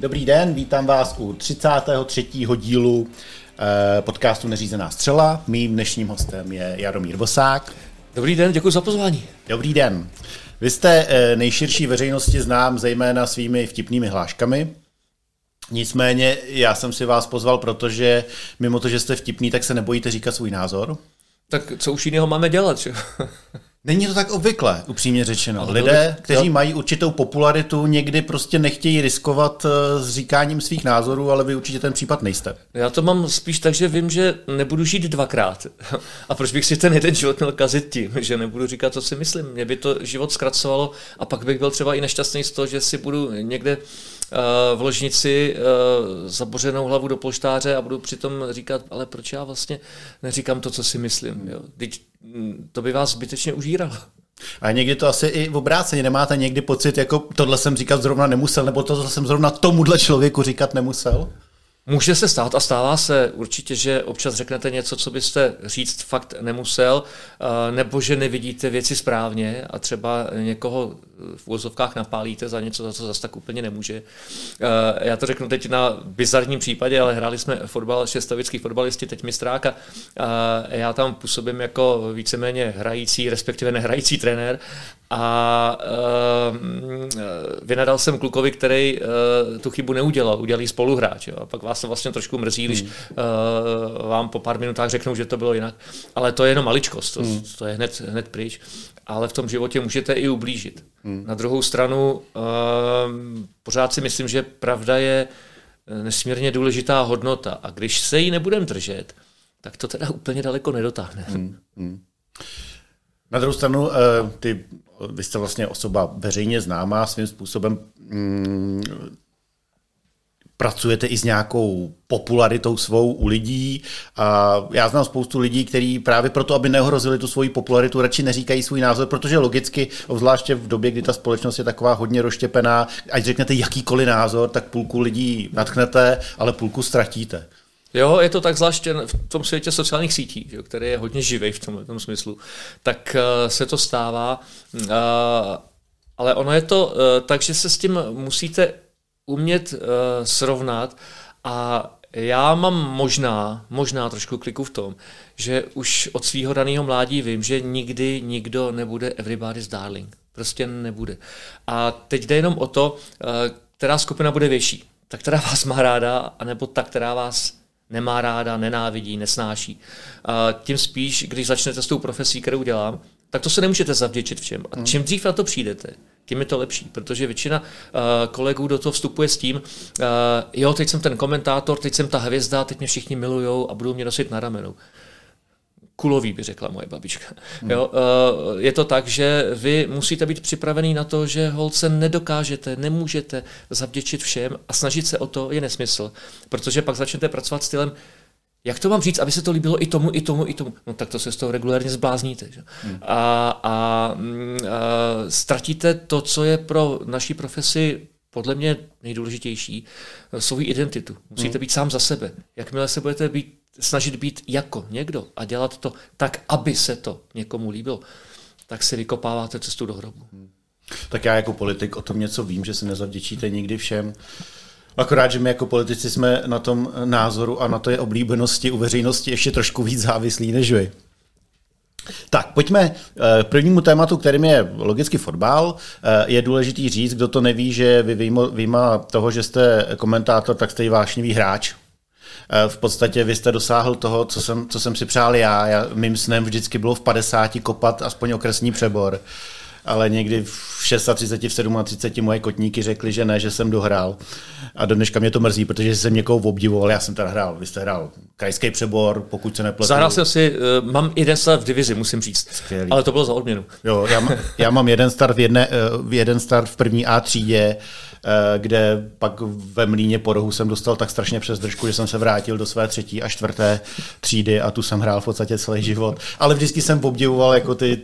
Dobrý den, vítám vás u 33. dílu podcastu Neřízená střela. Mým dnešním hostem je Jaromír Bosák. Dobrý den, děkuji za pozvání. Dobrý den. Vy jste nejširší veřejnosti znám zejména svými vtipnými hláškami. Nicméně já jsem si vás pozval, protože mimo to, že jste vtipný, tak se nebojíte říkat svůj názor. Tak co už jiného máme dělat, že? Není to tak obvykle, upřímně řečeno. Lidé, kteří mají určitou popularitu, někdy prostě nechtějí riskovat s říkáním svých názorů, ale vy určitě ten případ nejste. Já to mám spíš tak, že vím, že nebudu žít dvakrát. A proč bych si ten jeden život měl kazit tím, že nebudu říkat, co si myslím. Mě by to život zkracovalo a pak bych byl třeba i nešťastný z toho, že si budu někde v ložnici zabořenou hlavu do polštáře a budu přitom říkat, ale proč já vlastně neříkám to, co si myslím. Jo? To by vás zbytečně užíralo. A někdy to asi i v obráceně. Nemáte někdy pocit, jako tohle jsem říkat zrovna nemusel, nebo tohle jsem zrovna tomuhle člověku říkat nemusel? Může se stát a stává se určitě, že občas řeknete něco, co byste říct fakt nemusel, nebo že nevidíte věci správně a třeba někoho v uvozovkách napálíte za něco, za co zase tak úplně nemůže. Já to řeknu teď na bizarním případě, ale hráli jsme fotbal, šestavický fotbalisti, teď mistrák a já tam působím jako víceméně hrající, respektive nehrající trenér a vynadal jsem klukovi, který tu chybu neudělal, udělal ji spoluhráč. Jo. A pak vás to vlastně trošku mrzí, když vám po pár minutách řeknou, že to bylo jinak. Ale to je jenom maličkost, to je hned pryč. Ale v tom životě můžete i ublížit. Na druhou stranu pořád si myslím, že pravda je nesmírně důležitá hodnota a když se jí nebudeme držet, tak to teda úplně daleko nedotáhne. Na druhou stranu, vy jste vlastně osoba veřejně známá, svým způsobem pracujete i s nějakou popularitou svou u lidí. A já znám spoustu lidí, kteří právě proto, aby neohrozili tu svoji popularitu, radši neříkají svůj názor, protože logicky, obzvláště v době, kdy ta společnost je taková hodně rozštěpená, ať řeknete jakýkoliv názor, tak půlku lidí natknete, ale půlku ztratíte. Jo, je to tak zvláště v tom světě sociálních sítí, který je hodně živý v tom smyslu, tak se to stává, ale ono je to tak, že se s tím musíte umět srovnat a já mám možná trošku kliku v tom, že už od svého raného mládí vím, že nikdy nikdo nebude everybody's darling. Prostě nebude. A teď jde jenom o to, která skupina bude větší. Ta, která vás má ráda, anebo ta, která vás nemá ráda, nenávidí, nesnáší. Tím spíš, když začnete s tou profesí, kterou dělám, tak to se nemůžete zavděčit všem. A čím dřív na to přijdete, tím je to lepší, protože většina kolegů do toho vstupuje s tím, jo, teď jsem ten komentátor, teď jsem ta hvězda, teď mě všichni milujou a budou mě nosit na ramenu. Kulový, by řekla moje babička. Jo, je to tak, že vy musíte být připravený na to, že holce nedokážete, nemůžete zavděčit všem a snažit se o to je nesmysl, protože pak začnete pracovat stylem, jak to mám říct, aby se to líbilo i tomu. No tak to se z toho regulárně zblázníte. Že? A ztratíte to, co je pro naší profesi podle mě nejdůležitější, svou identitu. Musíte být sám za sebe. Jakmile se budete snažit být jako někdo a dělat to tak, aby se to někomu líbilo, tak si vykopáváte cestu do hrobu. Tak já jako politik o tom něco vím, že se nezavděčíte nikdy všem. Akorát, že my jako politici jsme na tom názoru a na té oblíbenosti u veřejnosti ještě trošku víc závislí než vy. Tak, pojďme k prvnímu tématu, kterým je logicky fotbal. Je důležitý říct, kdo to neví, že vy vyjma toho, že jste komentátor, tak jste i vášnivý hráč. V podstatě vy jste dosáhl toho, co jsem si přál já. Mým snem vždycky bylo v 50 kopat aspoň okresní přebor. Ale někdy v 36, v 37 moje kotníky řekli, že ne, že jsem dohrál. A do dneška mě to mrzí, protože jsem někoho obdivoval, já jsem teda hrál. Vy jste hrál krajský přebor, pokud se nepletu. Zahrál jsem si, mám jeden start v divizi, musím říct. Skvělý. Ale to bylo za odměnu. Jo, já mám jeden start v první A třídě, kde pak ve Mlýně po rohu jsem dostal tak strašně přes držku, že jsem se vrátil do své 3. a 4. třídy a tu jsem hrál v podstatě celý život. Ale vždycky jsem obdivoval jako ty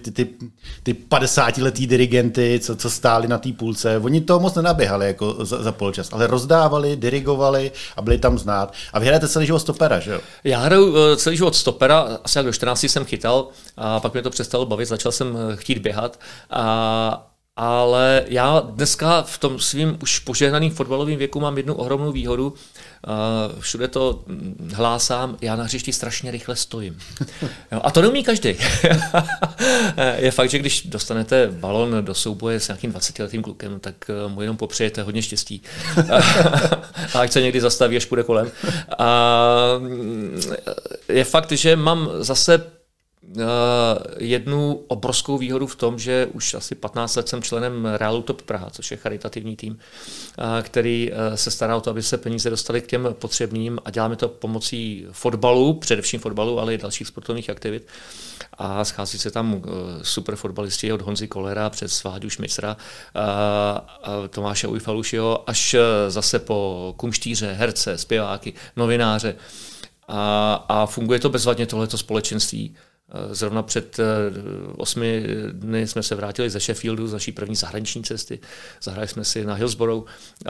50letý dirigenty, co stáli na té půlce. Oni toho moc nenaběhali jako za poločas, ale rozdávali, dirigovali a byli tam znát. A vy hrajete celý život stopera, že jo? Já hraju celý život stopera, asi jak do 14 jsem chytal a pak mě to přestalo bavit, začal jsem chtít běhat ale já dneska v tom svým už požehnaným fotbalovým věku mám jednu ohromnou výhodu. Všude to hlásám, já na hřišti strašně rychle stojím. Jo, a to neumí každý. Je fakt, že když dostanete balon do souboje s nějakým 20letým klukem, tak mu jenom popřejete hodně štěstí. A ať se někdy zastaví, až půjde kolem. Je fakt, že mám zase jednu obrovskou výhodu v tom, že už asi 15 let jsem členem Realu Top Praha, což je charitativní tým, který se stará o to, aby se peníze dostaly k těm potřebným a děláme to pomocí fotbalu, především fotbalu, ale i dalších sportovních aktivit. A schází se tam super fotbalisti od Honzy Kolera přes Váďu Šmicra, Tomáše Ujfalušiho, až zase po kumštíře, herce, zpěváky, novináře. A funguje to bezvadně tohleto společenství. Zrovna před 8 dny jsme se vrátili ze Sheffieldu, z naší první zahraniční cesty. Zahráli jsme si na Hillsborough.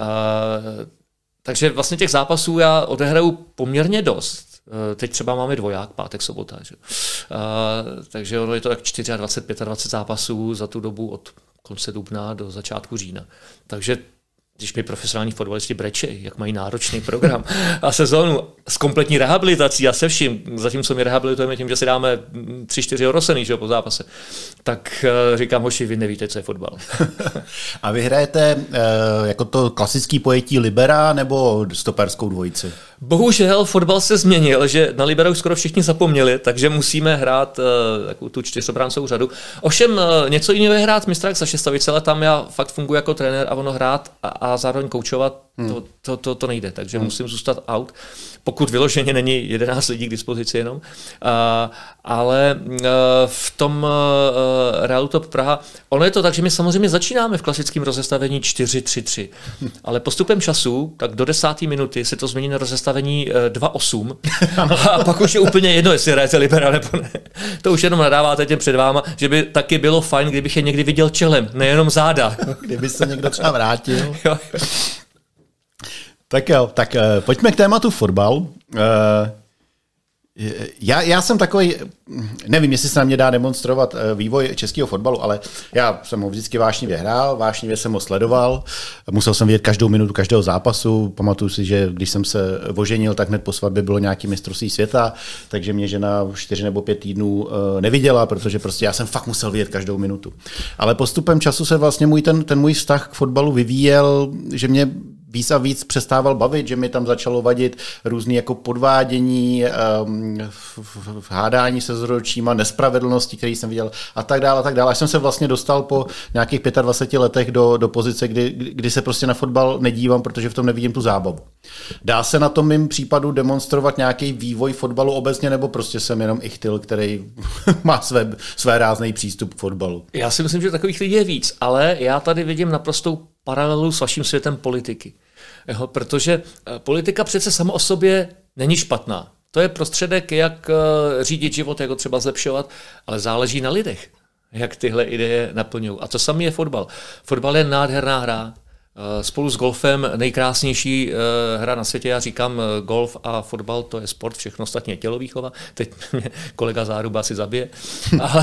Takže vlastně těch zápasů já odehraju poměrně dost. Teď třeba máme dvoják, pátek, sobota. Že? Takže ono je to tak 24, 25 zápasů za tu dobu od konce dubna do začátku října. Takže když mi profesionální fotbalisti brečejí, jak mají náročný program a sezónu s kompletní rehabilitací a se vším, zatímco my rehabilitujeme tím, že si dáme 3-4 orosený, že, po zápase, tak říkám, hoši, vy nevíte, co je fotbal. A vy hrajete jako to klasický pojetí libera nebo stoperskou dvojici? Bohužel fotbal se změnil, že na libera už skoro všichni zapomněli, takže musíme hrát takovou tu 4obráncovou řadu. Ovšem něco jiného je hrát mistrák za Šestavice, ale tam já fakt funguji jako trenér a ono hrát a zároveň koučovat, to nejde, takže musím zůstat out, pokud vyloženě není 11 lidí k dispozici jenom. Ale v tom Realu Top Praha, ono je to tak, že my samozřejmě začínáme v klasickém rozestavení 4-3-3, ale postupem času, tak do 10. minuty se to změní na rozestavení 2-8 a pak už je úplně jedno, jestli hrajete libera nebo ne. To už jenom nadáváte těm před váma, že by taky bylo fajn, kdybych je někdy viděl čelem, nejenom záda. Kdyby se někdo třeba vrátil. Tak jo, tak pojďme k tématu fotbal. Já jsem takový, nevím, jestli se na mě dá demonstrovat vývoj českého fotbalu, ale já jsem ho vždycky vášnivě hrál, vášnivě jsem ho sledoval, musel jsem vidět každou minutu každého zápasu, pamatuju si, že když jsem se oženil, tak hned po svatbě bylo nějaký mistrovství světa, takže mě žena 4 nebo 5 týdnů neviděla, protože prostě já jsem fakt musel vidět každou minutu. Ale postupem času se vlastně ten můj vztah k fotbalu vyvíjel, že mě víc a víc přestával bavit, že mi tam začalo vadit různý jako podvádění, hádání se s rozhodčíma, nespravedlnosti, který jsem viděl a tak dále, a tak dále. Až jsem se vlastně dostal po nějakých 25 letech do pozice, kdy se prostě na fotbal nedívám, protože v tom nevidím tu zábavu. Dá se na tom mým případu demonstrovat nějaký vývoj fotbalu obecně, nebo prostě jsem jenom ichtyl, který má své rázný přístup k fotbalu? Já si myslím, že takových lidí je víc, ale já tady vidím naprostou paralelu s vaším světem politiky. Jo, protože politika přece sama o sobě není špatná. To je prostředek, jak řídit život, jak ho třeba zlepšovat, ale záleží na lidech, jak tyhle ideje naplňují. A to samé je fotbal. Fotbal je nádherná hra. Spolu s golfem nejkrásnější hra na světě. Já říkám, golf a fotbal, to je sport, všechno ostatně je tělovýchova. Teď mě kolega Záruba si zabije. Ale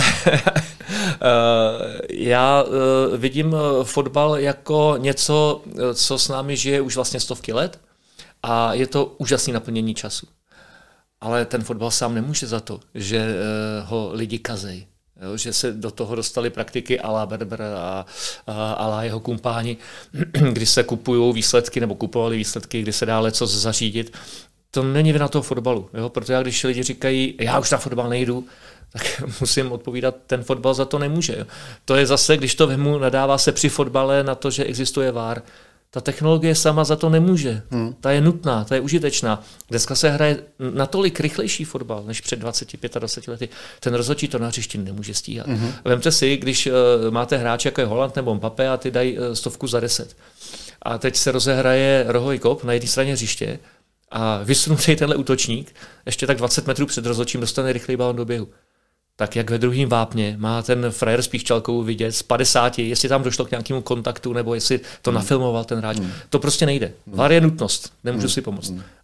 já vidím fotbal jako něco, co s námi žije už vlastně stovky let a je to úžasné naplnění času. Ale ten fotbal sám nemůže za to, že ho lidi kazejí. Jo, že se do toho dostali praktiky à la Berber a la jeho kumpáni, kdy se kupují výsledky nebo kupovali výsledky, kdy se dá leco zařídit. To není vina toho fotbalu, jo? Protože když lidi říkají, já už na fotbal nejdu, tak musím odpovídat, ten fotbal za to nemůže. Jo? To je zase, když to vemu, nadává se při fotbale na to, že existuje VAR. Ta technologie sama za to nemůže. Ta je nutná, ta je užitečná. Dneska se hraje natolik rychlejší fotbal, než před 25 lety. Ten rozhodčí to na hřišti nemůže stíhat. Vemte si, když máte hráče, jako je Haaland nebo Mbappé, a ty dají 100 za 10. A teď se rozehraje rohový kop na jedné straně hřiště a vysunutý tenhle útočník ještě tak 20 metrů před rozhodčím dostane rychlej balon do běhu. Tak jak ve druhém vápně má ten frajer s píšťalkou vidět z 50, jestli tam došlo k nějakému kontaktu, nebo jestli to nafilmoval ten hráč. To prostě nejde. VAR je nutnost, nemůžu si pomoct.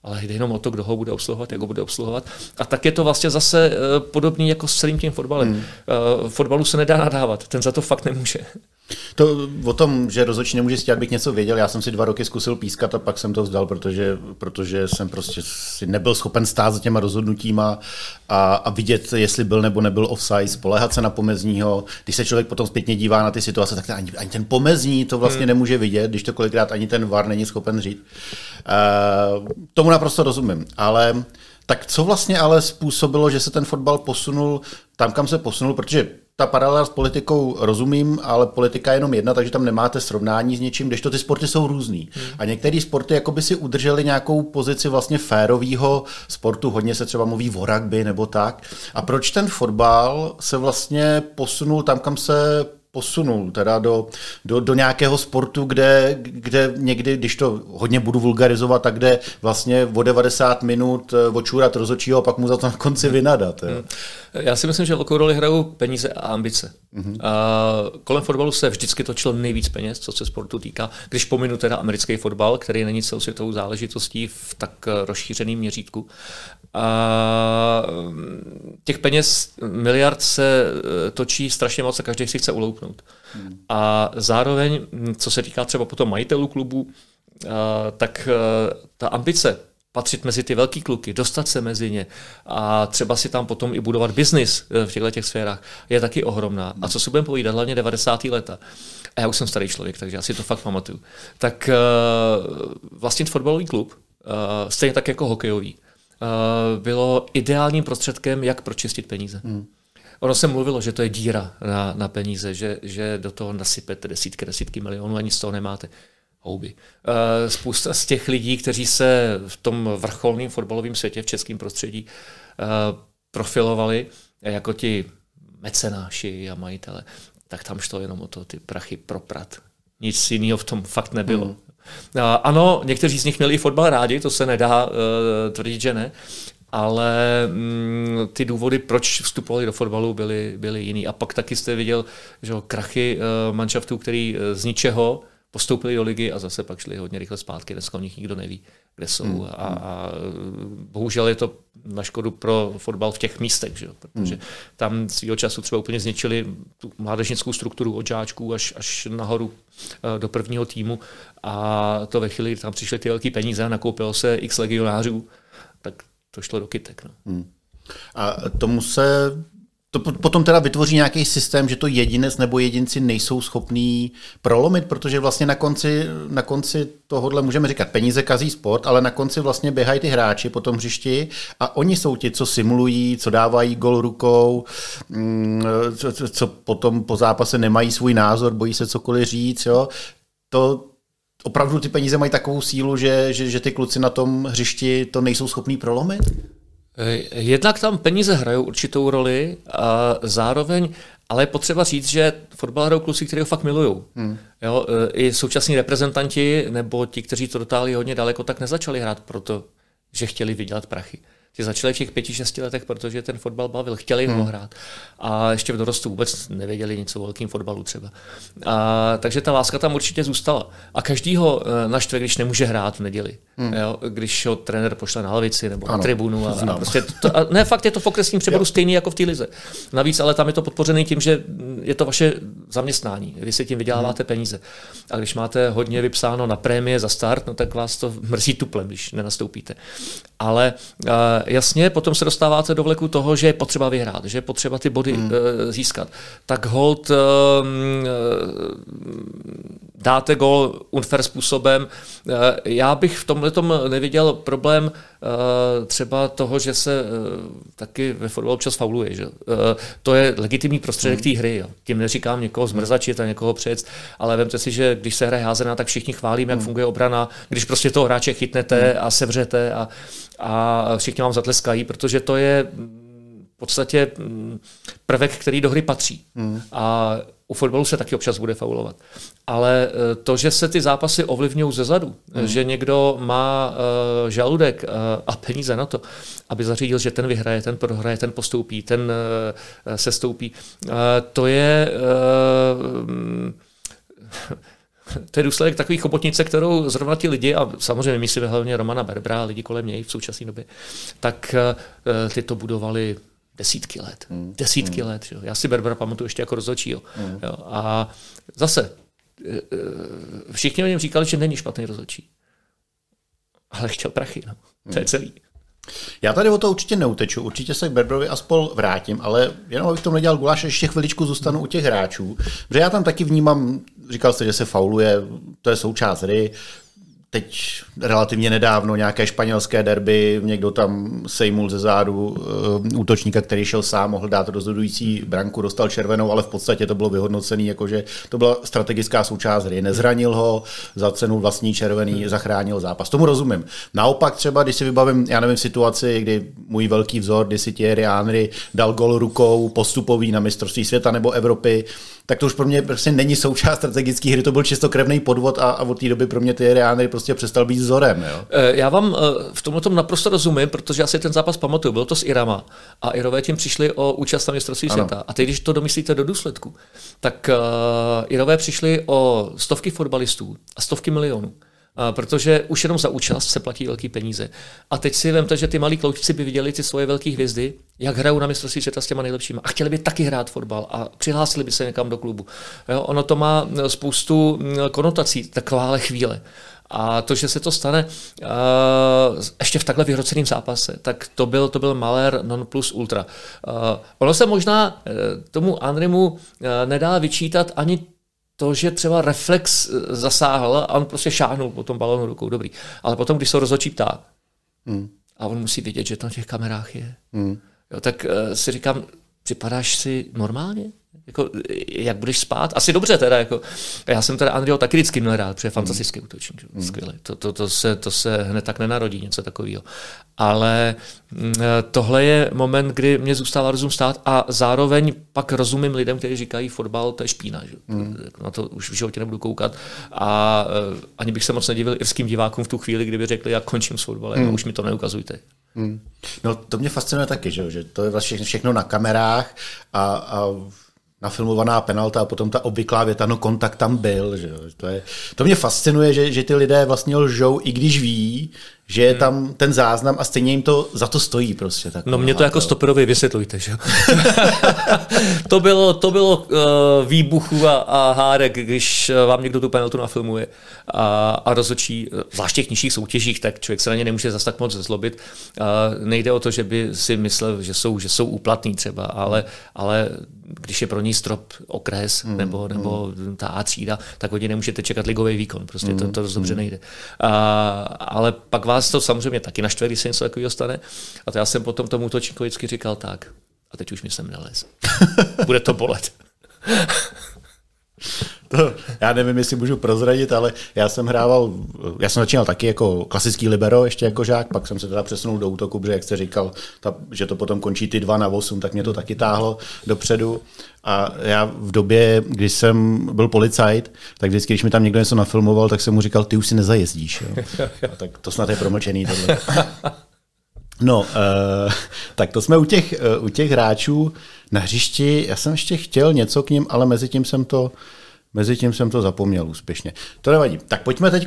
ale jde jenom o to, kdo ho bude obsluhovat, jak ho bude obsluhovat. A tak je to vlastně zase podobný jako s celým tím fotbalem. Fotbalu se nedá nadávat, ten za to fakt nemůže. To o tom, že rozhodčí nemůže stíhat, bych něco věděl. Já jsem si 2 roky zkusil pískat a pak jsem to vzdal, protože jsem prostě si nebyl schopen stát za těma rozhodnutíma a vidět, jestli byl nebo nebyl offside, spoléhat se na pomezního. Když se člověk potom zpětně dívá na ty situace, tak ani ten pomezní to vlastně nemůže vidět, když to kolikrát ani ten VAR není schopen říct. Tomu naprosto rozumím, ale tak co vlastně ale způsobilo, že se ten fotbal posunul tam, kam se posunul, protože ta paralela s politikou rozumím, ale politika je jenom jedna, takže tam nemáte srovnání s něčím, kdežto ty sporty jsou různý. A některé sporty jakoby si udržely nějakou pozici vlastně férového sportu, hodně se třeba mluví o rugby nebo tak. A proč ten fotbal se vlastně posunul tam, kam se posunul, teda do nějakého sportu, kde někdy, když to hodně budu vulgarizovat, tak kde vlastně o 90 minut očůrat rozhodčího a pak mu za to na konci vynadat. Jo. Já si myslím, že velkou roli hrajou peníze a ambice. Kolem fotbalu se vždycky točilo nejvíc peněz, co se sportu týká, když pominu teda americký fotbal, který není celosvětovou záležitostí v tak rozšířeném měřítku. Těch peněz miliard se točí strašně moc a každý si chce uloupnout. A zároveň, co se týká třeba potom majitelů klubů, tak ta ambice patřit mezi ty velký kluky, dostat se mezi ně a třeba si tam potom i budovat biznis v těchto sférách je taky ohromná. A co si budeme povídat, hlavně 90. leta. A já už jsem starý člověk, takže já si to fakt pamatuju. Tak vlastně fotbalový klub, stejně tak jako hokejový, bylo ideálním prostředkem, jak pročistit peníze. Ono se mluvilo, že to je díra na peníze, že do toho nasypete desítky milionů a nic z toho nemáte. Houby. Spousta z těch lidí, kteří se v tom vrcholném fotbalovém světě v českém prostředí profilovali jako ti mecenáši a majitele, tak tam šlo jenom o to ty prachy proprat. Nic jiného v tom fakt nebylo. Ano, někteří z nich měli i fotbal rádi, to se nedá tvrdit, že ne, ale ty důvody, proč vstupovali do fotbalu, byly jiný. A pak taky jste viděl, že krachy manšaftů, který z ničeho postoupili do ligy a zase pak šli hodně rychle zpátky. Dneska o nich nikdo neví, kde jsou. A bohužel je to na škodu pro fotbal v těch místech, že? Protože tam svýho času třeba úplně zničili tu mládežnickou strukturu od žáčků až nahoru do prvního týmu a to ve chvíli, kdy tam přišly ty velké peníze a nakoupilo se x legionářů, tak to šlo do kytek. No. A to potom teda vytvoří nějaký systém, že to jedinec nebo jedinci nejsou schopní prolomit, protože vlastně na konci tohohle můžeme říkat, peníze kazí sport, ale na konci vlastně běhají ty hráči po tom hřišti a oni jsou ti, co simulují, co dávají gol rukou, co potom po zápase nemají svůj názor, bojí se cokoliv říct. Jo. To opravdu ty peníze mají takovou sílu, že ty kluci na tom hřišti to nejsou schopní prolomit? Jednak tam peníze hrajou určitou roli a zároveň, ale je potřeba říct, že fotbal hrajou kluci, kteří ho fakt milujou. Jo, i současní reprezentanti nebo ti, kteří to dotáhli hodně daleko, tak nezačali hrát proto, že chtěli vydělat prachy. Ti začali v těch 5-6 letech, protože ten fotbal bavil, chtěli ho hrát. A ještě v dorostu vůbec nevěděli nic o velkým fotbalu třeba. Takže ta láska tam určitě zůstala. A každýho naštve, když nemůže hrát v neděli. Jo? Když ho trenér pošle na lavici nebo na tribunu. A prostě ne, fakt je to v okresním přeboru stejný jako v té lize. Navíc ale tam je to podpořený tím, že je to vaše zaměstnání. Vy si tím vyděláváte peníze. A když máte hodně vypsáno na prémie za start, no tak vás to mrzí tuplem, když nenastoupíte. Ale jasně, potom se dostáváte do vleku toho, že je potřeba vyhrát, že je potřeba ty body získat. Tak hold dáte gol unfair způsobem. Já bych v tomhletom neviděl problém třeba toho, že se taky ve fotbalu občas fauluje. Že? To je legitimní prostředek té hry. Jo. Tím neříkám někoho zmrzačit a někoho přejet, ale vemte si, že když se hraje házená, tak všichni chválím, jak funguje obrana, když prostě toho hráče chytnete a sevřete a všichni vám zatleskají, protože to je v podstatě prvek, který do hry patří. A u fotbalu se taky občas bude faulovat. Ale to, že se ty zápasy ovlivňují zezadu, že někdo má žaludek a peníze na to, aby zařídil, že ten vyhraje, ten prohraje, ten postoupí, ten sestoupí, to je To je důsledek takových chobotnice, kterou zrovna ti lidi, a samozřejmě myslíme hlavně Romana Berbera a lidi kolem něj v současné době, tak ty to budovali desítky let. Desítky let. Jo. Já si Berbera pamatuju ještě jako rozhodčího. A zase, všichni o něm říkali, že není špatný rozhodčí. Ale chtěl prachy. No. To je celý. Já tady o to určitě neuteču, určitě se k Berberovi a spol vrátím, ale jenom abych tomu nedělal guláš, ještě chviličku zůstanu u těch hráčů, protože já tam taky vnímám, říkal jste, že se fauluje, to je součást hry. Teď relativně nedávno nějaké španělské derby, někdo tam sejmul ze zádu útočníka, který šel sám, mohl dát rozhodující branku, dostal červenou, ale v podstatě to bylo vyhodnocené, jakože to byla strategická součást hry. Nezranil ho, za cenu vlastní červený, zachránil zápas. Tomu rozumím. Naopak třeba, když si vybavím, já nevím, situaci, kdy můj velký vzor, kdy si Thierry Henry dal gol rukou postupový na mistrovství světa nebo Evropy, tak to už pro mě prostě není součást strategické hry, to byl čistokrevný podvod a od té doby pro mě Thierry Henry prostě přestal být vzorem. Jo? Já vám v tomhle tom naprosto rozumím, protože já si ten zápas pamatuju, bylo to s Irama a Irové tím přišli o účast na mistrovství světa. A teď, když to domyslíte do důsledku, tak Irové přišli o stovky fotbalistů a stovky milionů. Protože už jenom za účast se platí velký peníze. A teď si vemte, že ty malí kloučci by viděli ty svoje velké hvězdy, jak hrajou na mistrovství světa s těma nejlepšíma. A chtěli by taky hrát fotbal a přihlásili by se někam do klubu. Jo, ono to má spoustu konotací, takováhle chvíle. A to, že se to stane ještě v takhle vyhroceném zápase, tak to byl malér non plus ultra. Ono se možná tomu Henrymu nedá vyčítat ani to, že třeba reflex zasáhl a on prostě šáhnul po tom balónu rukou, dobrý. Ale potom, když se rozhodčí ptá, a on musí vědět, že to na těch kamerách je, jo, tak si říkám, připadáš si normálně? Jako, jak budeš spát? Asi dobře teda. Jako. Já jsem teda Andreho taky vždycky měl rád, protože je fantastický útočník. Skvělý. To se hned tak nenarodí, něco takového. Ale tohle je moment, kdy mě zůstává rozum stát a zároveň pak rozumím lidem, kteří říkají, fotbal to je špína. Že? Na to už v životě nebudu koukat. A ani bych se moc nedivil irským divákům v tu chvíli, kdyby řekli, já končím s fotbalem, už mi to neukazujte. No to mě fascinuje taky, že to je vlastně všechno na kamerách a nafilmovaná penalta a potom ta obvyklá věta, no kontakt tam byl. Že to mě fascinuje, že ty lidé vlastně lžou, i když ví, že je tam ten záznam a stejně jim to za to stojí prostě. No mě to jako stoperovi vysvětlujte, že? to bylo výbuchů a hádek, když vám někdo tu penaltu nafilmuje a rozhodčí, zvláště v nižších soutěžích, tak člověk se na ně nemůže zas tak moc zlobit. Nejde o to, že by si myslel, že jsou úplatný třeba, ale když je pro ní strop okres nebo ta A třída, tak od něj nemůžete čekat ligový výkon. Prostě to dost dobře nejde. Ale pak vás to samozřejmě taky naštve, když se něco takového stane. A to já jsem potom tomu útočníkovi vždycky říkal tak. A teď už mi sem nelez. Bude to bolet. To, já nevím, jestli můžu prozradit, ale já jsem začínal taky jako klasický libero, ještě jako žák, pak jsem se teda přesunul do útoku, protože jak jste říkal, že to potom končí ty 2-8, tak mě to taky táhlo dopředu. A já v době, kdy jsem byl policajt, tak vždycky, když mi tam někdo něco nafilmoval, tak jsem mu říkal, ty už si nezajezdíš. Jo? A tak to snad je promlčený tohle. No, tak to jsme u těch hráčů na hřišti. Já jsem ještě chtěl něco k nim, ale mezi tím jsem to zapomněl úspěšně. To nevadí. Tak pojďme teď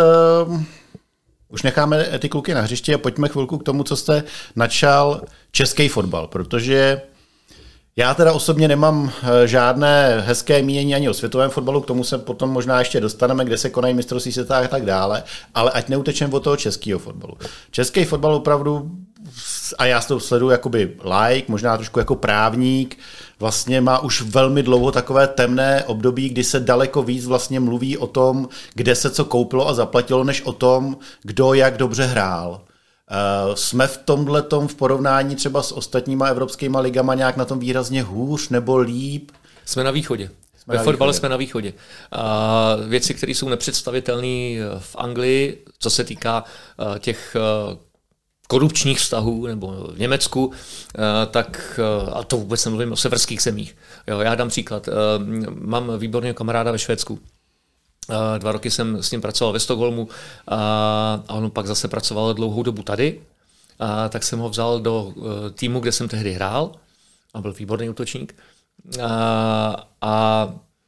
už necháme ty kluky na hřišti a pojďme chvilku k tomu, co jste načal český fotbal, protože já teda osobně nemám žádné hezké mínění ani o světovém fotbalu, k tomu se potom možná ještě dostaneme, kde se konají mistrovství světa a tak dále, ale ať neutečeme od toho českého fotbalu. Český fotbal opravdu, a já to sleduju jakoby like, možná trošku jako právník, vlastně má už velmi dlouho takové temné období, kdy se daleko víc vlastně mluví o tom, kde se co koupilo a zaplatilo, než o tom, kdo jak dobře hrál. Jsme v tomhletom v porovnání třeba s ostatníma evropskýma ligama nějak na tom výrazně hůř nebo líp? Jsme na východě. Ve fotbale jsme na východě. Věci, které jsou nepředstavitelné v Anglii, co se týká těch korupčních vztahů nebo v Německu, tak, a to vůbec nemluvím o severských zemích. Jo, já dám příklad. Mám výborného kamaráda ve Švédsku. 2 roky jsem s ním pracoval ve Stockholmu a on pak zase pracoval dlouhou dobu tady. Tak jsem ho vzal do týmu, kde jsem tehdy hrál a byl výborný útočník. A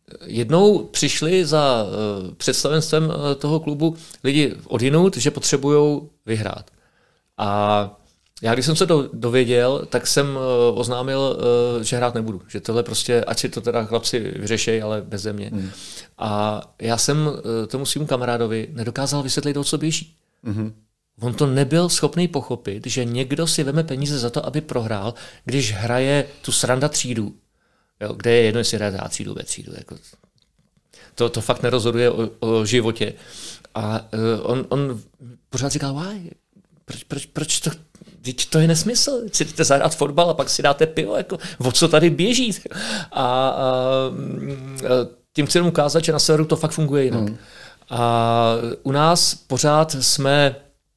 jednou přišli za představenstvem toho klubu lidi odjinud, že potřebují vyhrát. A já, když jsem se dověděl, tak jsem oznámil, že hrát nebudu. Že tohle prostě, ať si to teda chlapci vyřešejí, ale beze mě. A já jsem tomu svým kamarádovi nedokázal vysvětlit, o co běží. On to nebyl schopný pochopit, že někdo si veme peníze za to, aby prohrál, když hraje tu sranda třídu. Jo, kde je jedno, jestli hraje A třídu, B třídu. Jako to fakt nerozhoduje o životě. A on pořád říkal, why? Proč to? To je nesmysl. Si jdete zahrát fotbal a pak si dáte pivo. Jako, o co tady běží? A tím chci jenom ukázat, že na severu to fakt funguje jinak. A u nás pořád jsme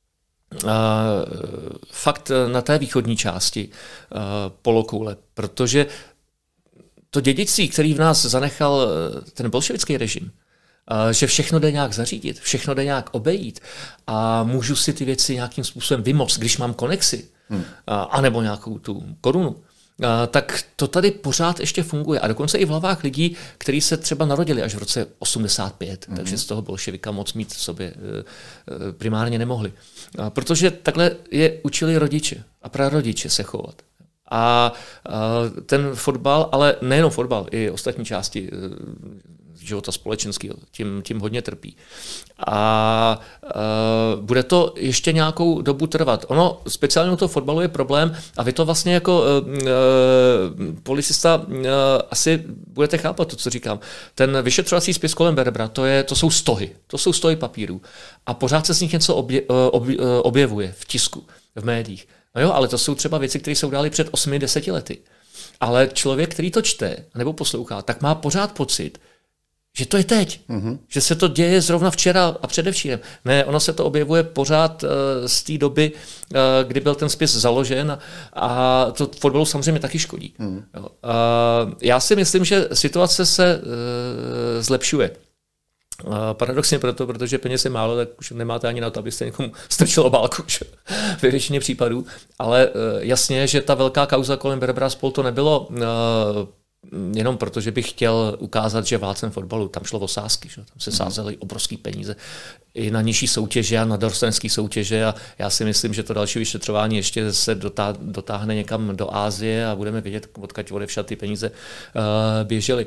fakt na té východní části polokoule, protože to dědictví, který v nás zanechal ten bolševický režim, že všechno jde nějak zařídit, všechno jde nějak obejít a můžu si ty věci nějakým způsobem vymoct, když mám konexi, anebo nějakou tu korunu, tak to tady pořád ještě funguje. A dokonce i v hlavách lidí, kteří se třeba narodili až v roce 85, takže z toho bolševika moc mít v sobě primárně nemohli. Protože takhle je učili rodiče a prarodiče se chovat. A ten fotbal, ale nejenom fotbal, i ostatní části života společenského tím hodně trpí. A bude to ještě nějakou dobu trvat. Ono, speciálně u toho fotbalu je problém, a vy to vlastně jako policista asi budete chápat to, co říkám. Ten vyšetřovací spis kolem Berbera, to jsou stohy. To jsou stohy papírů. A pořád se z nich něco objevuje v tisku, v médiích. No jo, ale to jsou třeba věci, které se udály před 8-10 lety. Ale člověk, který to čte nebo poslouchá, tak má pořád pocit, že to je teď. Že se to děje zrovna včera a předevčírem. Ne, ono se to objevuje pořád z té doby, kdy byl ten spis založen a to fotbalu samozřejmě taky škodí. Já si myslím, že situace se zlepšuje. Paradoxně proto, protože peněz je málo, tak už nemáte ani na to, abyste někomu strčil obálku ve většině případů. Ale jasně, že ta velká kauza kolem Berbera spol to nebylo jenom proto, že bych chtěl ukázat, že vládcem fotbalu, tam šlo o sázky, že? Tam se sázely obrovský peníze i na nižší soutěže a na dorostenské soutěže a já si myslím, že to další vyšetřování ještě se dotáhne někam do Asie a budeme vědět, odkud odevšad ty peníze běžely.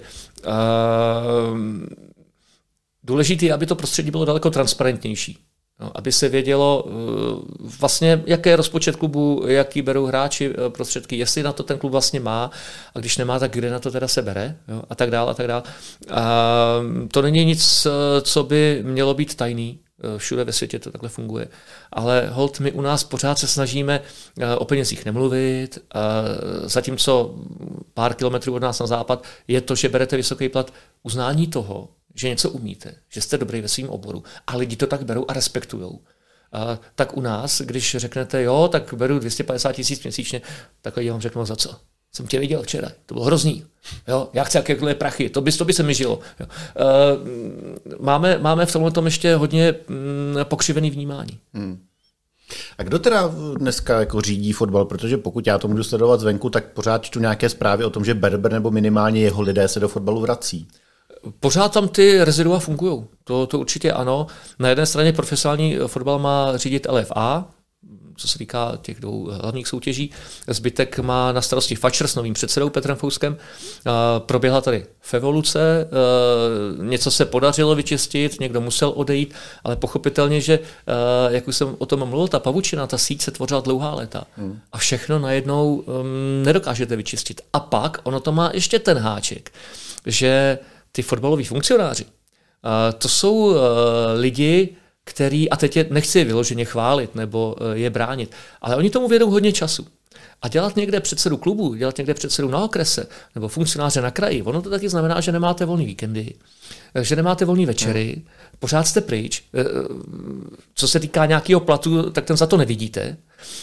Důležité je, aby to prostředí bylo daleko transparentnější. No, aby se vědělo vlastně, jaký je rozpočet klubu, jaký berou hráči prostředky, jestli na to ten klub vlastně má a když nemá, tak kde na to teda se bere, jo, a tak dále, a tak dále. A to není nic, co by mělo být tajný. Všude ve světě to takhle funguje. Ale holt, my u nás pořád se snažíme o penězích nemluvit, zatímco pár kilometrů od nás na západ je to, že berete vysoký plat, uznání toho, že něco umíte, že jste dobrý ve svém oboru a lidi to tak berou a respektujou. Tak u nás, když řeknete, jo, tak beru 250 000 měsíčně, tak lidi vám řeknou, za co? Jsem tě viděl včera, to bylo hrozný. Jo, já chci jakékoliv prachy, to by se mi žilo. Jo. Máme v tomhle tom ještě hodně pokřivený vnímání. A kdo teda dneska jako řídí fotbal? Protože pokud já to můžu sledovat zvenku, tak pořád čtu nějaké zprávy o tom, že Berber nebo minimálně jeho lidé se do fotbalu vrací. Pořád tam ty rezidua fungují. To určitě ano. Na jedné straně profesionální fotbal má řídit LFA, co se týká těch dvou hlavních soutěží. Zbytek má na starosti Fatcher s novým předsedou Petrem Fouskem. Proběhla tady evoluce, něco se podařilo vyčistit, někdo musel odejít, ale pochopitelně, že, jak už jsem o tom mluvil, ta pavučina, ta síť se tvořila dlouhá léta. A všechno najednou nedokážete vyčistit. A pak ono to má ještě ten háček, že ty fotbaloví funkcionáři, to jsou lidi, který, a teď je nechci vyloženě chválit nebo je bránit, ale oni tomu vědou hodně času. A dělat někde předsedu klubu, dělat někde předsedu na okrese nebo funkcionáře na kraji, ono to taky znamená, že nemáte volný víkendy, že nemáte volný večery, pořád jste pryč. Co se týká nějakého platu, tak ten za to nevidíte.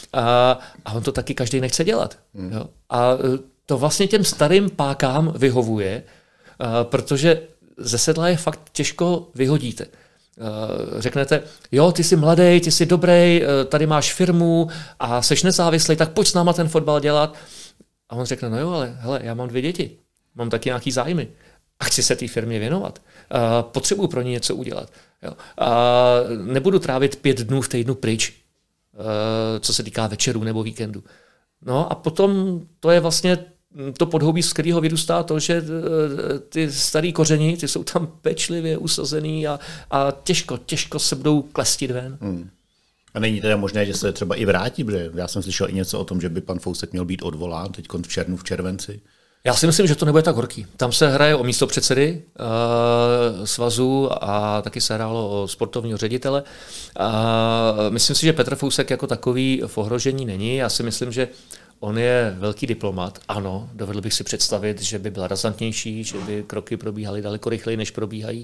A on to taky každý nechce dělat. Jo? A to vlastně těm starým pákám vyhovuje, protože ze sedla je fakt těžko vyhodíte. Řeknete, jo, ty jsi mladý, ty jsi dobrý, tady máš firmu a seš nezávislý, tak pojď s náma ten fotbal dělat. A on řekne, no jo, ale hele, já mám 2 děti, mám taky nějaký zájmy. a chci se té firmě věnovat. Potřebuji pro ní něco udělat. Jo. Nebudu trávit 5 dnů v týdnu pryč, co se týká večerů nebo víkendu. No a potom to je vlastně to podhoubí, z kterého vyrůstá to, že ty starý kořeny, ty jsou tam pečlivě usazený a těžko se budou klestit ven. A není teda možné, že se třeba i vrátí, protože já jsem slyšel i něco o tom, že by pan Fousek měl být odvolán teď v červnu, v červenci. Já si myslím, že to nebude tak horký. Tam se hraje o místopředsedy svazu a taky se hrálo o sportovního ředitele. Myslím si, že Petr Fousek jako takový v ohrožení není. Já si myslím, že on je velký diplomat. Ano, dovedl bych si představit, že by byl razantnější, že by kroky probíhaly daleko rychleji, než probíhají.